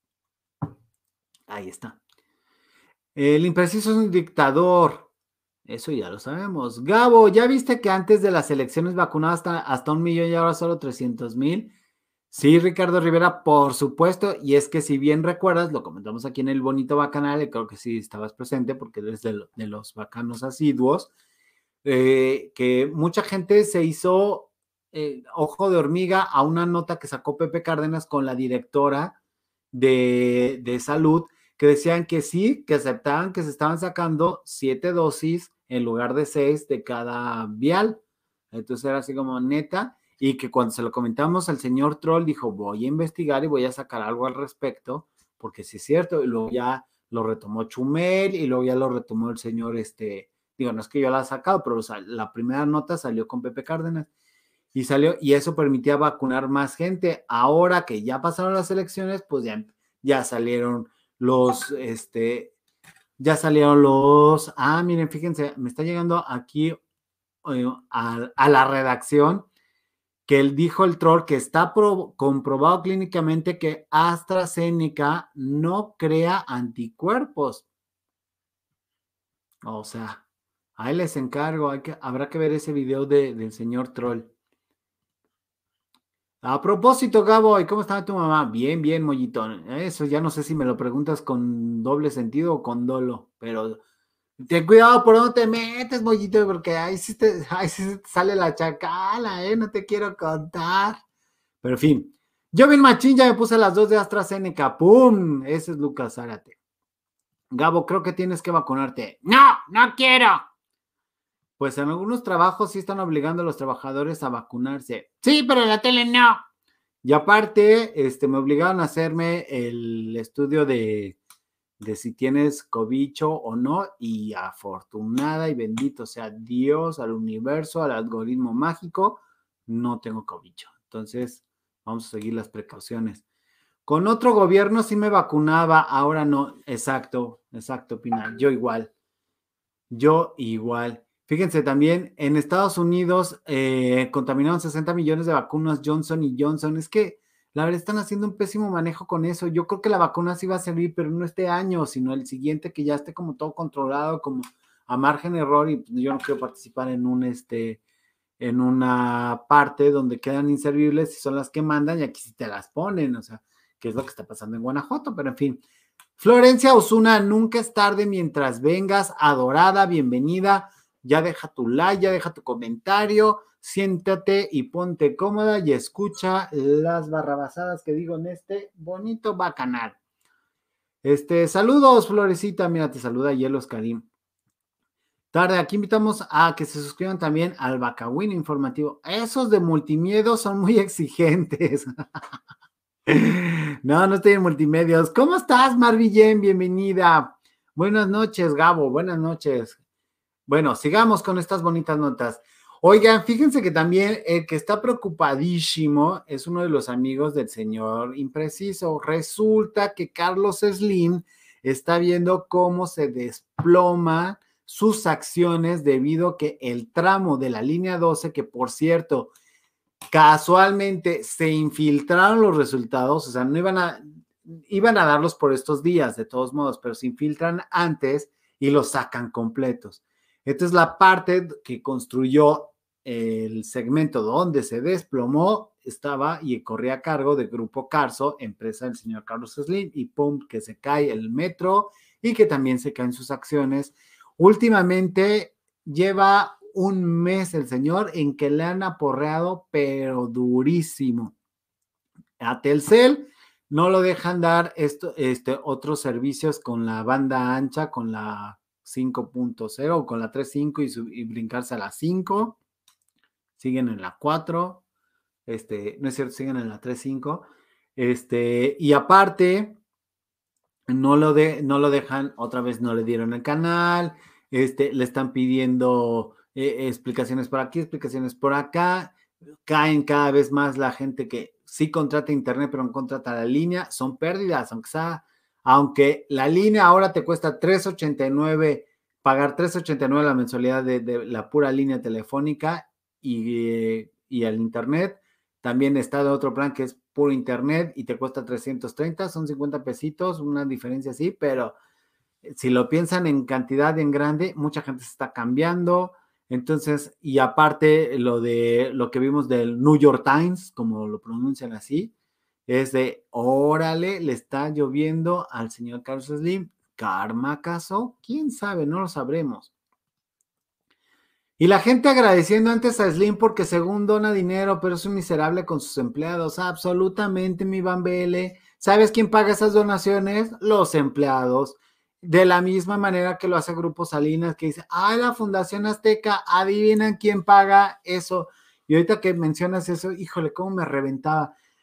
Ahí está. El impreciso es un dictador. Eso ya lo sabemos. Gabo, ¿ya viste que antes de las elecciones vacunadas hasta, hasta un millón y ahora solo trescientos mil? Sí, Ricardo Rivera, por supuesto. Y es que si bien recuerdas, lo comentamos aquí en el bonito bacanal, y creo que sí estabas presente porque eres de, lo, de los bacanos asiduos, eh, que mucha gente se hizo eh, ojo de hormiga a una nota que sacó Pepe Cárdenas con la directora de, de salud, que decían que sí, que aceptaban que se estaban sacando siete dosis en lugar de seis de cada vial. Entonces era así como neta, y que cuando se lo comentamos al señor Troll dijo, voy a investigar y voy a sacar algo al respecto, porque sí es cierto, y luego ya lo retomó Chumel y luego ya lo retomó el señor, este, digo, no es que yo la haya sacado, pero o sea, la primera nota salió con Pepe Cárdenas y salió, y eso permitía vacunar más gente. Ahora que ya pasaron las elecciones, pues ya, ya salieron los, este, ya salieron los, ah, miren, fíjense, me está llegando aquí eh, a, a la redacción que él dijo el troll que está pro, comprobado clínicamente que AstraZeneca no crea anticuerpos. O sea, ahí les encargo, hay que, habrá que ver ese video de, del señor troll. A propósito, Gabo, ¿y cómo está tu mamá? Bien, bien, Mollito. Eso ya no sé si me lo preguntas con doble sentido o con dolo, pero ten cuidado por dónde te metes, Mollito, porque ahí sí te, ahí sí te sale la chacala, ¿eh? No te quiero contar. Pero en fin, yo bien machín, ya me puse las dos de AstraZeneca. ¡Pum! Ese es Lucas Zárate. Gabo, creo que tienes que vacunarte. ¡No! ¡No quiero! Pues en algunos trabajos sí están obligando a los trabajadores a vacunarse. Sí, pero en la tele no. Y aparte, este, me obligaron a hacerme el estudio de, de si tienes cobicho o no, y afortunada y bendito sea Dios, al universo, al algoritmo mágico, no tengo cobicho. Entonces, vamos a seguir las precauciones. Con otro gobierno sí me vacunaba, ahora no. Exacto, exacto, Pina. Yo igual. Yo igual. Fíjense también, en Estados Unidos eh, contaminaron sesenta millones de vacunas Johnson y Johnson. Es que la verdad están haciendo un pésimo manejo con eso. Yo creo que la vacuna sí va a servir, pero no este año, sino el siguiente, que ya esté como todo controlado, como a margen de error. Y yo no quiero participar en un este, en una parte donde quedan inservibles y son las que mandan, y aquí sí te las ponen, o sea, que es lo que está pasando en Guanajuato, pero en fin. Florencia Osuna, nunca es tarde mientras vengas, adorada, bienvenida. Ya deja tu like, ya deja tu comentario, siéntate y ponte cómoda y escucha las barrabasadas que digo en este bonito bacanal. Este, saludos, Florecita, mira, te saluda Hielos Karim. Tarde, aquí invitamos a que se suscriban también al Bacawin informativo. Esos de multimiedo son muy exigentes. No, no estoy en multimedios. ¿Cómo estás, Marvillén? Bienvenida. Buenas noches, Gabo, buenas noches. Bueno, sigamos con estas bonitas notas. Oigan, fíjense que también el que está preocupadísimo es uno de los amigos del señor Impreciso. Resulta que Carlos Slim está viendo cómo se desploma sus acciones debido a que el tramo de la línea doce, que por cierto, casualmente se infiltraron los resultados, o sea, no iban a, iban a darlos por estos días, de todos modos, pero se infiltran antes y los sacan completos. Esta es la parte que construyó el segmento donde se desplomó, estaba y corría a cargo del Grupo Carso, empresa del señor Carlos Slim, y pum, que se cae el metro y que también se caen sus acciones. Últimamente lleva un mes el señor en que le han aporreado, pero durísimo. A Telcel no lo dejan dar esto, este, otros servicios con la banda ancha, con la cinco punto cero o con la tres punto cinco y, sub, y brincarse a la cinco. Siguen en la cuatro. Este, no es cierto, siguen en la tres punto cinco. Este, y aparte, no lo, de, no lo dejan, otra vez no le dieron el canal, este, le están pidiendo eh, explicaciones por aquí, explicaciones por acá, caen cada vez más la gente que sí contrata internet, pero no contrata la línea, son pérdidas, aunque sea, aunque la línea ahora te cuesta tres ochenta y nueve, pagar tres ochenta y nueve la mensualidad de, de la pura línea telefónica y, eh, y el internet, también está de otro plan que es puro internet y te cuesta trescientos treinta, son cincuenta pesitos, una diferencia así, pero si lo piensan en cantidad en grande, mucha gente se está cambiando. Entonces, y aparte lo de lo que vimos del New York Times, como lo pronuncian así, es de, órale, le está lloviendo al señor Carlos Slim. ¿Karma acaso? ¿Quién sabe? No lo sabremos. Y la gente agradeciendo antes a Slim porque según dona dinero, pero es un miserable con sus empleados. Absolutamente, mi Bambele. ¿Sabes quién paga esas donaciones? Los empleados. De la misma manera que lo hace Grupo Salinas, que dice, ah, la Fundación Azteca, adivinan quién paga eso. Y ahorita que mencionas eso, híjole, cómo me reventaba.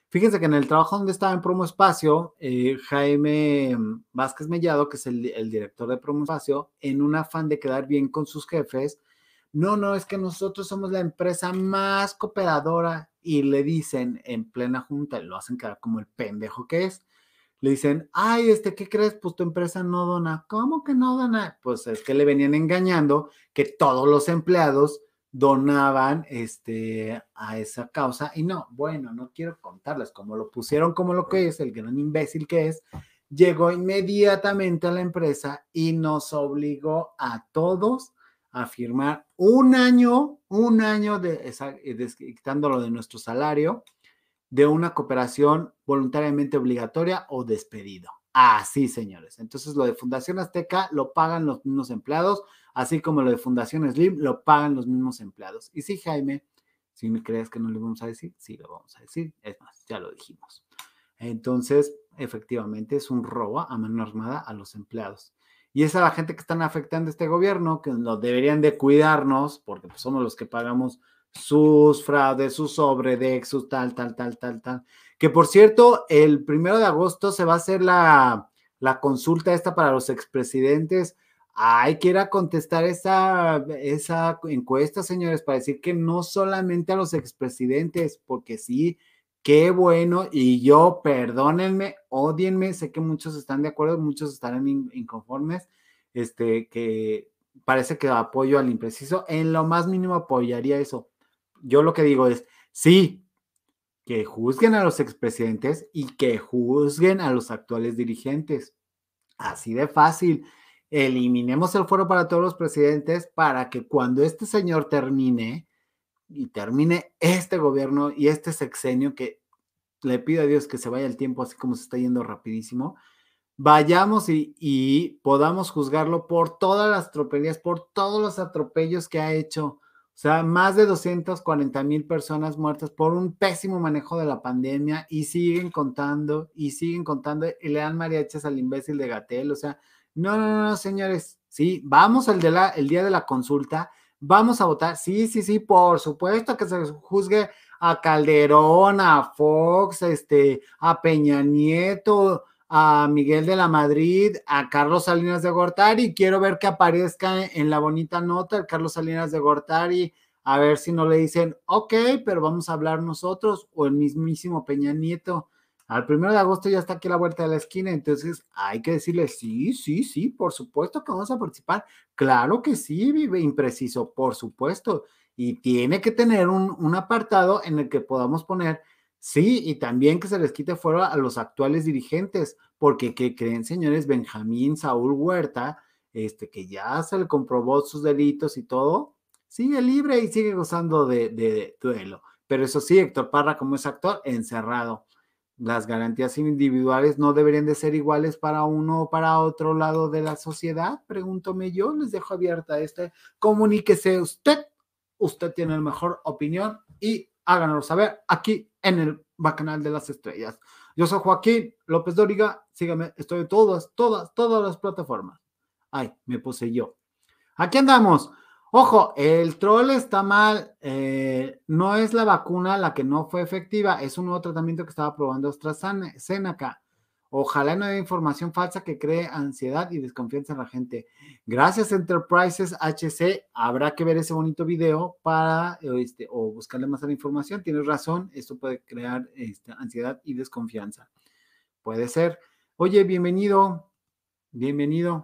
Fíjense que en el trabajo donde estaba en Promo Espacio, eh, Jaime mm, Vázquez Mellado, que es el, el director de Promo Espacio, en un afán de quedar bien con sus jefes, no, no, es que nosotros somos la empresa más cooperadora y le dicen en plena junta, lo hacen quedar como el pendejo que es, le dicen, ay, este, ¿qué crees? Pues tu empresa no dona. ¿Cómo que no dona? Pues es que le venían engañando que todos los empleados donaban este, a esa causa y no, bueno, no quiero contarles como lo pusieron como lo que es, el gran imbécil que es, llegó inmediatamente a la empresa y nos obligó a todos a firmar un año, un año de, esa, de quitándolo de nuestro salario de una cooperación voluntariamente obligatoria o despedido. Así, señores. Entonces, lo de Fundación Azteca lo pagan los mismos empleados, así como lo de Fundación Slim lo pagan los mismos empleados. Y sí, Jaime, si me crees que no le vamos a decir, sí lo vamos a decir. Es más, ya lo dijimos. Entonces, efectivamente, es un robo a mano armada a los empleados. Y esa es la gente que están afectando este gobierno, que nos deberían de cuidarnos, porque pues, somos los que pagamos sus fraudes, sus sobredex, sus tal, tal, tal, tal, tal. Que por cierto, el primero de agosto se va a hacer la, la consulta esta para los expresidentes. Hay que ir a contestar esa, esa encuesta, señores, para decir que no solamente a los expresidentes, porque sí, qué bueno, y yo, perdónenme, odienme, sé que muchos están de acuerdo, muchos estarán in, inconformes, este, que parece que apoyo al impreciso, en lo más mínimo apoyaría eso. Yo lo que digo es, sí, que juzguen a los expresidentes y que juzguen a los actuales dirigentes. Así de fácil. Eliminemos el fuero para todos los presidentes para que cuando este señor termine y termine este gobierno y este sexenio, que le pido a Dios que se vaya el tiempo así como se está yendo rapidísimo, vayamos y, y podamos juzgarlo por todas las tropelías, por todos los atropellos que ha hecho. O sea, más de doscientas cuarenta mil personas muertas por un pésimo manejo de la pandemia y siguen contando y siguen contando y le dan mariachas al imbécil de Gatell. O sea, no, no, no, señores. Sí, vamos al de la, el día de la consulta, vamos a votar. Sí, sí, sí, por supuesto que se juzgue a Calderón, a Fox, este, a Peña Nieto, a Miguel de la Madrid, a Carlos Salinas de Gortari. Quiero ver que aparezca en la bonita nota el Carlos Salinas de Gortari, a ver si no le dicen, ok, pero vamos a hablar nosotros, o el mismísimo Peña Nieto. Al primero de agosto ya está aquí a la vuelta de la esquina, entonces hay que decirle, sí, sí, sí, por supuesto que vamos a participar. Claro que sí, vive impreciso, por supuesto. Y tiene que tener un, un apartado en el que podamos poner, sí, y también que se les quite fuera a los actuales dirigentes, porque ¿qué creen, señores? Benjamín Saúl Huerta, este, que ya se le comprobó sus delitos y todo, sigue libre y sigue gozando de, de, de duelo. Pero eso sí, Héctor Parra, como es actor, encerrado. Las garantías individuales no deberían de ser iguales para uno o para otro lado de la sociedad, pregúntome yo, les dejo abierta este, comuníquese usted, usted tiene la mejor opinión y háganoslo saber aquí en el Bacanal de las Estrellas. Yo soy Joaquín López Dóriga, sígame, estoy en todas, todas, todas las plataformas. Ay, me puse yo. Aquí andamos. Ojo, el troll está mal, eh, no es la vacuna la que no fue efectiva, es un nuevo tratamiento que estaba probando AstraZeneca. Ojalá no haya información falsa que cree ansiedad y desconfianza en la gente. Gracias Enterprises H C, habrá que ver ese bonito video para, este, o buscarle más a la información. Tienes razón, esto puede crear este, ansiedad y desconfianza. Puede ser. Oye, bienvenido, bienvenido.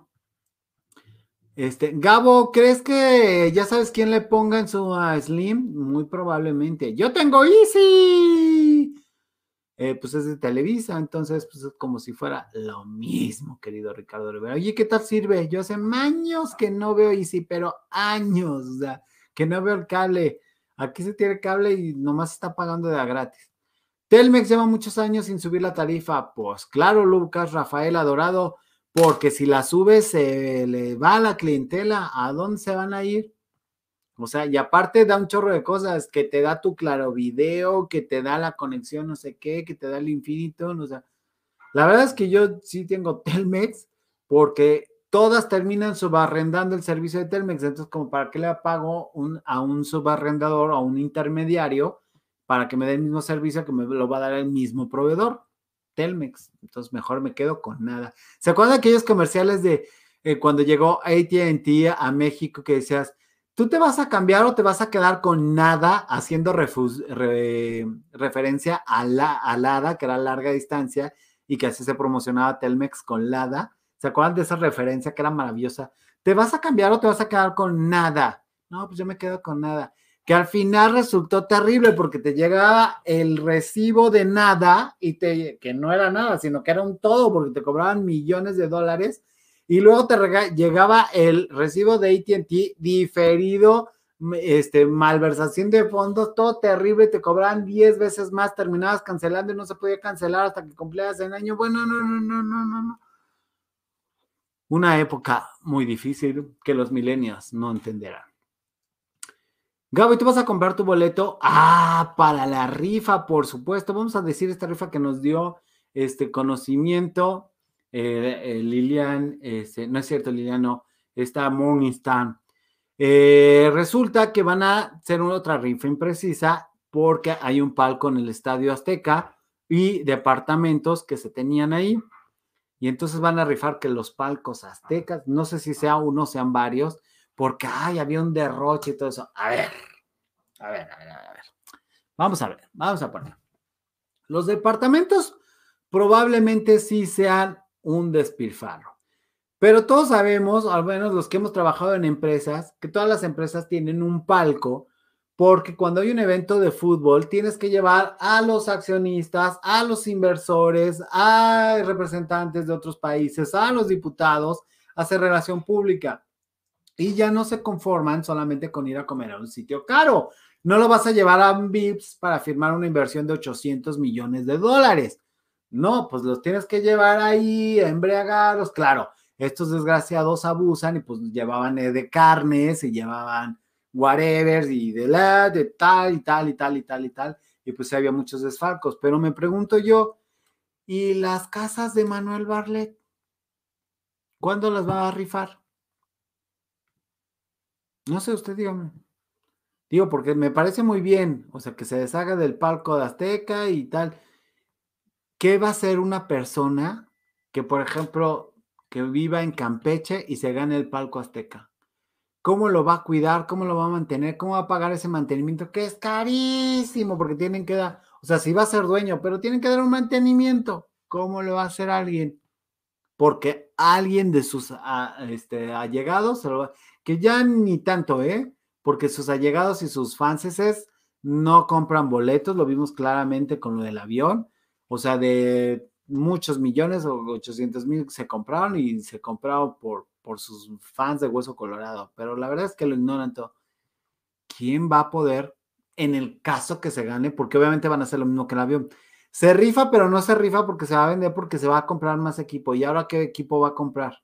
Este, Gabo, ¿crees que ya sabes quién le ponga en su uh, Slim? Muy probablemente. Yo tengo Easy. Eh, pues es de Televisa, entonces pues es como si fuera lo mismo, querido Ricardo Rivera. Oye, ¿qué tal sirve? Yo hace años que no veo Easy, pero años, o sea, que no veo el cable. Aquí se tiene cable y nomás está pagando de a gratis. Telmex lleva muchos años sin subir la tarifa. Pues claro, Lucas Rafael Adorado, porque si la sube se le va a la clientela, ¿a dónde se van a ir? O sea, y aparte da un chorro de cosas, que te da tu Claro Video, que te da la conexión no sé qué, que te da el infinito, o sea, la verdad es que yo sí tengo Telmex, porque todas terminan subarrendando el servicio de Telmex, entonces como para qué le pago un, a un subarrendador, a un intermediario, para que me dé el mismo servicio que me lo va a dar el mismo proveedor, Telmex. Entonces mejor me quedo con nada. ¿Se acuerdan de aquellos comerciales de eh, cuando llegó A T and T a México que decías, ¿tú te vas a cambiar o te vas a quedar con nada? Haciendo refus, re, referencia a, la, a LADA, que era larga distancia, y que así se promocionaba Telmex con LADA. ¿Se acuerdan de esa referencia que era maravillosa? ¿Te vas a cambiar o te vas a quedar con nada? No, pues yo me quedo con nada. Que al final resultó terrible porque te llegaba el recibo de nada y te, que no era nada, sino que era un todo porque te cobraban millones de dólares y luego te rega, llegaba el recibo de A T and T diferido, este, malversación de fondos, todo terrible, te cobraban diez veces más, terminabas cancelando y no se podía cancelar hasta que cumplieras el año. Bueno, no, no, no, no, no, no. Una época muy difícil que los millennials no entenderán. Gaby, ¿tú vas a comprar tu boleto? Ah, para la rifa, por supuesto. Vamos a decir esta rifa que nos dio este conocimiento. Eh, eh, Lilian, este, no es cierto, Lilian, no. Está Morningstar. Eh, resulta que van a hacer una otra rifa imprecisa porque hay un palco en el Estadio Azteca y departamentos que se tenían ahí. Y entonces van a rifar que los palcos aztecas, no sé si sea uno, sean varios, porque ay, había un derroche y todo eso. A ver, a ver, a ver, a ver. Vamos a ver, vamos a poner. Los departamentos probablemente sí sean un despilfarro, pero todos sabemos, al menos los que hemos trabajado en empresas, que todas las empresas tienen un palco, porque cuando hay un evento de fútbol tienes que llevar a los accionistas, a los inversores, a representantes de otros países, a los diputados, a hacer relación pública. Y ya no se conforman solamente con ir a comer a un sitio caro. No lo vas a llevar a un Vips para firmar una inversión de ochocientos millones de dólares. No, pues los tienes que llevar ahí a embriagarlos. Claro, estos desgraciados abusan y pues llevaban de carnes y llevaban whatever y de la, de tal y tal y tal y tal y tal. Y pues había muchos desfalcos. Pero me pregunto yo, ¿y las casas de Manuel Bartlett? ¿Cuándo las va a rifar? No sé, usted dígame. Digo, porque me parece muy bien, o sea, que se deshaga del palco de Azteca y tal. ¿Qué va a hacer una persona que, por ejemplo, que viva en Campeche y se gane el palco Azteca? ¿Cómo lo va a cuidar? ¿Cómo lo va a mantener? ¿Cómo va a pagar ese mantenimiento? Que es carísimo, porque tienen que dar, o sea, sí va a ser dueño, pero tienen que dar un mantenimiento. ¿Cómo lo va a hacer alguien? Porque alguien de sus a, este, allegados, se lo va, que ya ni tanto, ¿eh? Porque sus allegados y sus fanses no compran boletos, lo vimos claramente con lo del avión, o sea, de muchos millones o ochocientos mil se compraron y se compraron por, por sus fans de Hueso Colorado, pero la verdad es que lo ignoran todo. ¿Quién va a poder, en el caso que se gane, porque obviamente van a hacer lo mismo que el avión? Se rifa, pero no se rifa porque se va a vender porque se va a comprar más equipo. ¿Y ahora qué equipo va a comprar?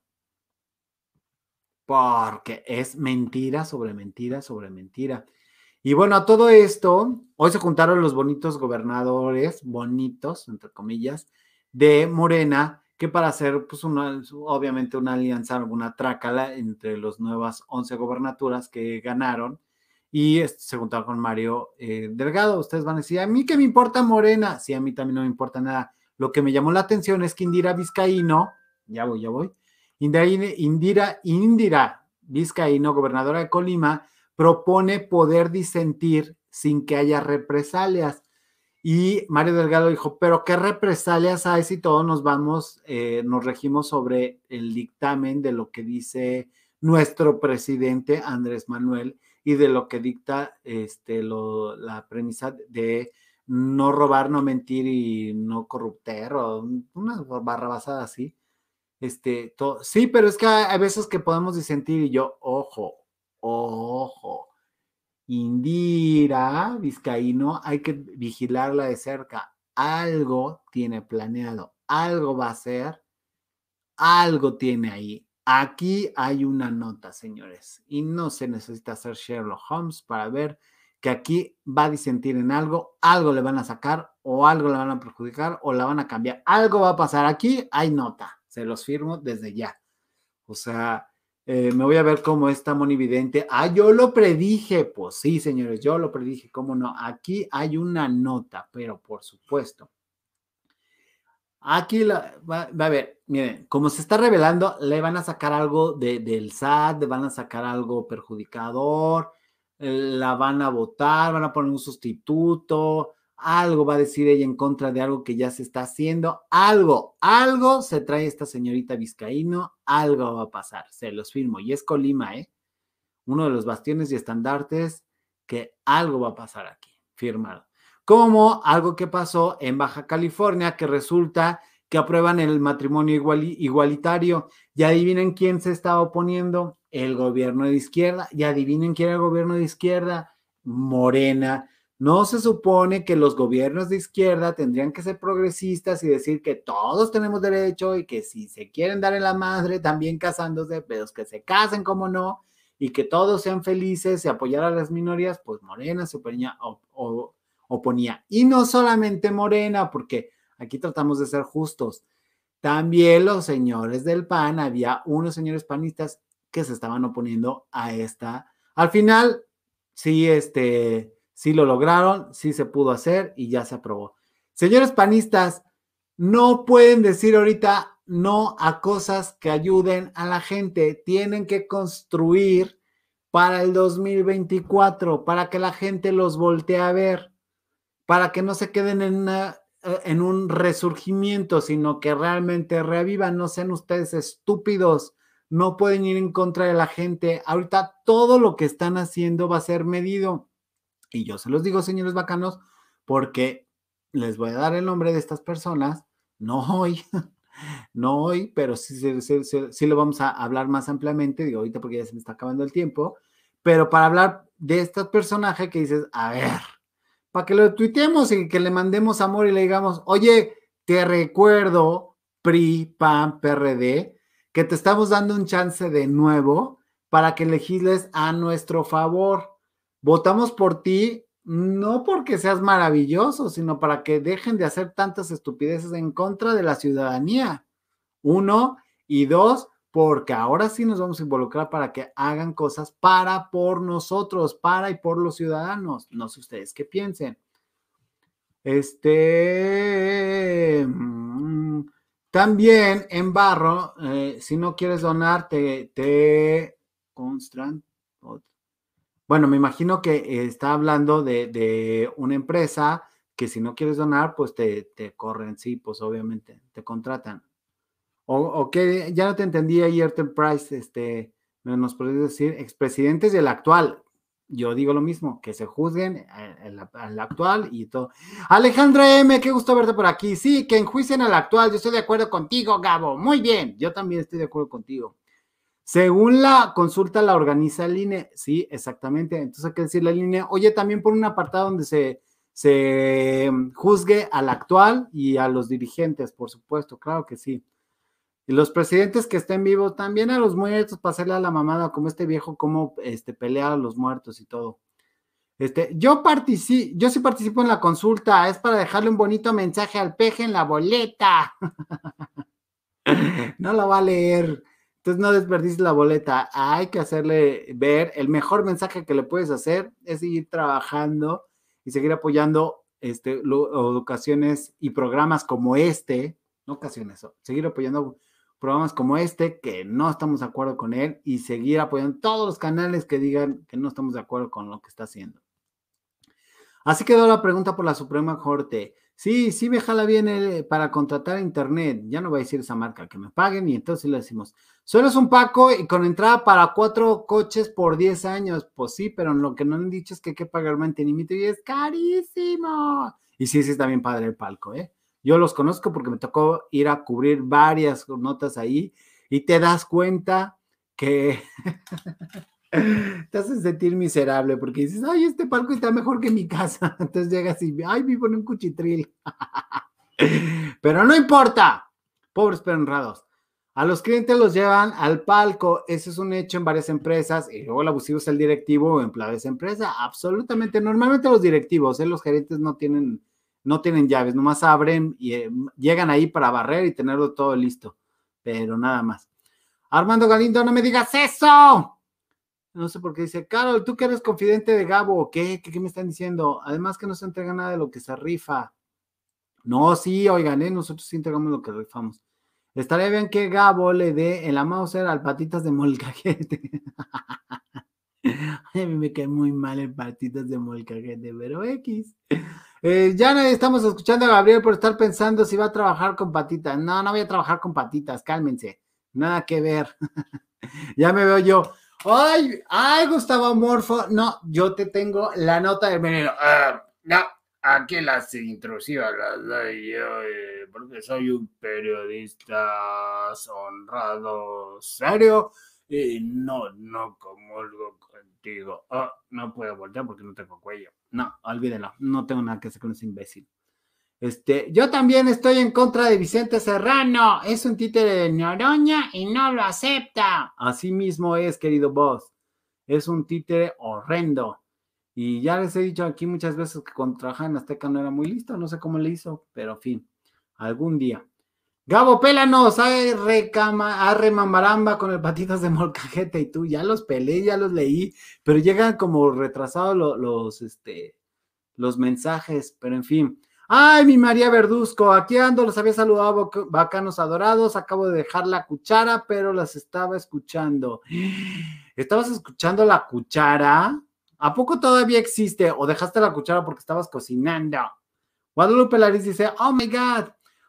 Porque es mentira sobre mentira sobre mentira. Y bueno, a todo esto, hoy se juntaron los bonitos gobernadores, bonitos, entre comillas, de Morena, que para hacer, pues, una, obviamente una alianza, alguna trácala entre las nuevas once gobernaturas que ganaron, y este, se juntaron con Mario eh, Delgado. Ustedes van a decir, ¿a mí qué me importa Morena? Sí, a mí también no me importa nada. Lo que me llamó la atención es que Indira Vizcaíno, ya voy, ya voy, Indira, Indira, Indira Vizcaíno, gobernadora de Colima, propone poder disentir sin que haya represalias. Y Mario Delgado dijo, pero ¿qué represalias hay si todos nos vamos, eh, nos regimos sobre el dictamen de lo que dice nuestro presidente Andrés Manuel y de lo que dicta este, lo, la premisa de no robar, no mentir y no corrupter o una barrabasada así? Este, todo, sí, pero es que hay, hay veces que podemos disentir y yo, ojo, ojo, Indira Vizcaíno, hay que vigilarla de cerca. Algo tiene planeado, algo va a hacer, algo tiene ahí. Aquí hay una nota, señores, y no se necesita ser Sherlock Holmes para ver que aquí va a disentir en algo, algo le van a sacar o algo le van a perjudicar o la van a cambiar. Algo va a pasar aquí, hay nota, se los firmo desde ya. O sea, Eh, me voy a ver cómo está monividente. Ah, yo lo predije. Pues sí, señores, yo lo predije. ¿Cómo no? Aquí hay una nota, pero por supuesto. Aquí la, va, va a ver, miren, como se está revelando, le van a sacar algo de, del S A T, le van a sacar algo perjudicador, eh, la van a votar, van a poner un sustituto, algo va a decir ella en contra de algo que ya se está haciendo, algo, algo se trae esta señorita Vizcaíno, algo va a pasar, se los firmo, y es Colima, ¿eh? Uno de los bastiones y estandartes que algo va a pasar aquí, firmado. Como algo que pasó en Baja California, que resulta que aprueban el matrimonio igual, igualitario. Y adivinen quién se estaba oponiendo, el gobierno de izquierda. Y adivinen quién era el gobierno de izquierda, Morena. No se supone que los gobiernos de izquierda tendrían que ser progresistas y decir que todos tenemos derecho y que si se quieren dar en la madre, también casándose, pero que se casen como no, y que todos sean felices y apoyar a las minorías, pues Morena se oponía, o, o, oponía. Y no solamente Morena, porque aquí tratamos de ser justos, también los señores del P A N, había unos señores panistas que se estaban oponiendo a esta. Al final, sí, este, sí lo lograron, sí se pudo hacer y ya se aprobó. Señores panistas, no pueden decir ahorita no a cosas que ayuden a la gente. Tienen que construir para el dos mil veinticuatro, para que la gente los voltee a ver, para que no se queden en, una, en un resurgimiento, sino que realmente revivan. No sean ustedes estúpidos, no pueden ir en contra de la gente. Ahorita todo lo que están haciendo va a ser medido. Y yo se los digo, señores bacanos, porque les voy a dar el nombre de estas personas, no hoy, no hoy, pero sí, sí, sí, sí, sí lo vamos a hablar más ampliamente, digo ahorita porque ya se me está acabando el tiempo, pero para hablar de este personaje que dices, a ver, para que lo tuiteemos y que le mandemos amor y le digamos, oye, te recuerdo, P R I, P A N, P R D, que te estamos dando un chance de nuevo para que legisles a nuestro favor. Votamos por ti, no porque seas maravilloso, sino para que dejen de hacer tantas estupideces en contra de la ciudadanía. Uno, y dos, porque ahora sí nos vamos a involucrar para que hagan cosas para, por nosotros, para y por los ciudadanos. No sé ustedes qué piensen. Este, mmm, también en Barro, eh, si no quieres donar, te, te Constran, bueno, me imagino que está hablando de, de una empresa que si no quieres donar, pues te, te corren, sí, pues obviamente, te contratan. O, o que ya no te entendí ahí, Enterprise, este, nos podrías decir, expresidentes y el actual. Yo digo lo mismo, que se juzguen al actual y todo. Alejandra M, qué gusto verte por aquí. Sí, que enjuicien al actual. Yo estoy de acuerdo contigo, Gabo. Muy bien, yo también estoy de acuerdo contigo. Según la consulta la organiza el I N E, sí, exactamente. Entonces hay que decirle al I N E, oye, también por un apartado donde se, se juzgue al actual y a los dirigentes, por supuesto, claro que sí. Y los presidentes que estén vivos, también a los muertos, para hacerle a la mamada, como este viejo, como este, pelea a los muertos y todo. Este, yo participo, yo sí participo en la consulta, es para dejarle un bonito mensaje al peje en la boleta. No lo va a leer. Entonces no desperdicies la boleta. Hay que hacerle ver, el mejor mensaje que le puedes hacer es seguir trabajando y seguir apoyando este, lo, ocasiones y programas como este, no ocasiones, seguir apoyando programas como este que no estamos de acuerdo con él y seguir apoyando todos los canales que digan que no estamos de acuerdo con lo que está haciendo. Así quedó la pregunta por la Suprema Corte. Sí, sí, me jala bien el, para contratar a internet. Ya no voy a decir esa marca, que me paguen y entonces le decimos, solo es un Paco y con entrada para cuatro coches por diez años. Pues sí, pero lo que no han dicho es que hay que pagar mantenimiento y es carísimo. Y sí, sí, está bien padre el palco, ¿eh? Yo los conozco porque me tocó ir a cubrir varias notas ahí y te das cuenta que te haces sentir miserable porque dices, ay, este palco está mejor que mi casa. Entonces llegas y, ay, vivo en un cuchitril. Pero no importa, pobres pero honrados. A los clientes los llevan al palco, eso es un hecho en varias empresas, y luego el abusivo es el directivo o empleado de esa empresa, absolutamente, normalmente los directivos, ¿eh? Los gerentes no tienen, no tienen llaves, nomás abren y eh, llegan ahí para barrer y tenerlo todo listo, pero nada más. Armando Galindo, no me digas eso. No sé por qué dice, Carol, tú que eres confidente de Gabo, ¿qué? ¿Qué, qué me están diciendo? Además que no se entrega nada de lo que se rifa. No, sí, oigan, ¿eh? Nosotros sí entregamos lo que rifamos. Estaría bien que Gabo le dé en la Mauser al Patitas de Molcajete. A mí me cae muy mal el Patitas de Molcajete, pero X. Eh, ya no estamos escuchando a Gabriel por estar pensando si va a trabajar con Patitas. No, no voy a trabajar con Patitas, cálmense. Nada que ver. Ya me veo yo. Ay, ay, Gustavo Morfo. No, yo te tengo la nota del veneno. Uh, no, aquí las intrusivas las doy yo, eh, porque soy un periodista honrado, serio, y no, no comulgo contigo. Oh, no puedo voltear porque no tengo cuello. No, olvídelo, no tengo nada que hacer con ese imbécil. Este, yo también estoy en contra de Vicente Serrano, es un títere de Noroña y no lo acepta. Así mismo es, querido boss, es un títere horrendo. Y ya les he dicho aquí muchas veces que cuando trabajaba en Azteca no era muy listo, no sé cómo le hizo, pero en fin, algún día. Gabo, pélanos, hay recama, arre mamaramba con el Patitas de Molcajete y tú, ya los pelé, ya los leí, pero llegan como retrasados los, los, este, los mensajes, pero en fin. Ay, mi María Verduzco, aquí ando, los había saludado, bacanos adorados, acabo de dejar la cuchara, pero las estaba escuchando. ¿Estabas escuchando la cuchara? ¿A poco todavía existe? ¿O dejaste la cuchara porque estabas cocinando? Guadalupe Laris dice, oh my God.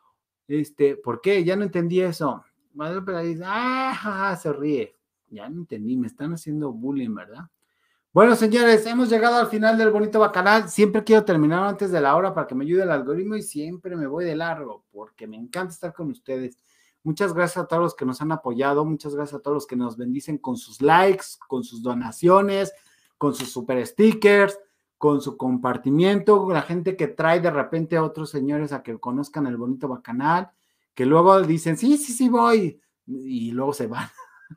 Este, ¿por qué? Ya no entendí eso. Guadalupe Laris, ah, jaja, se ríe. Ya no entendí, me están haciendo bullying, ¿verdad? Bueno, señores, hemos llegado al final del bonito bacanal. Siempre quiero terminar antes de la hora para que me ayude el algoritmo y siempre me voy de largo porque me encanta estar con ustedes. Muchas gracias a todos los que nos han apoyado, muchas gracias a todos los que nos bendicen con sus likes, con sus donaciones, con sus super stickers, con su compartimiento, la gente que trae de repente a otros señores a que conozcan el bonito bacanal, que luego dicen, sí, sí, sí voy, y luego se van.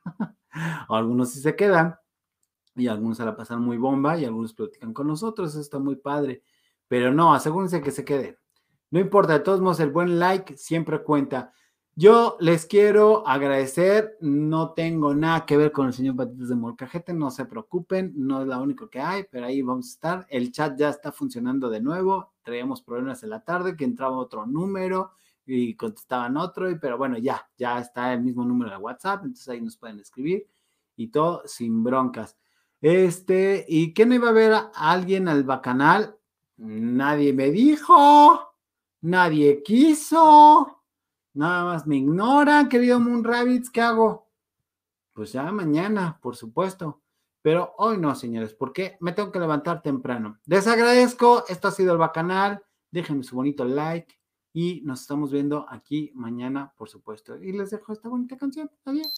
Algunos sí se quedan. Y algunos se la pasan muy bomba y algunos platican con nosotros, eso está muy padre, pero no, asegúrense que se queden, no importa, de todos modos el buen like siempre cuenta. Yo les quiero agradecer, no tengo nada que ver con el señor Patitas de Molcajete, no se preocupen, no es la única que hay, pero ahí vamos a estar, el chat ya está funcionando de nuevo, traíamos problemas en la tarde, que entraba otro número y contestaban otro, y, pero bueno, ya, ya está el mismo número de WhatsApp, entonces ahí nos pueden escribir y todo sin broncas. Este, ¿y qué no iba a ver a alguien al bacanal? Nadie me dijo, nadie quiso, nada más me ignoran, querido Moon Rabbits, ¿qué hago? Pues ya mañana, por supuesto, pero hoy no, señores, porque me tengo que levantar temprano. Les agradezco, esto ha sido el bacanal, déjenme su bonito like y nos estamos viendo aquí mañana, por supuesto. Y les dejo esta bonita canción. Adiós.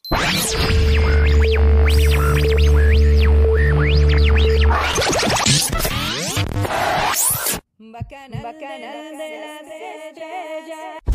Bacanal, bacanal de las estrellas.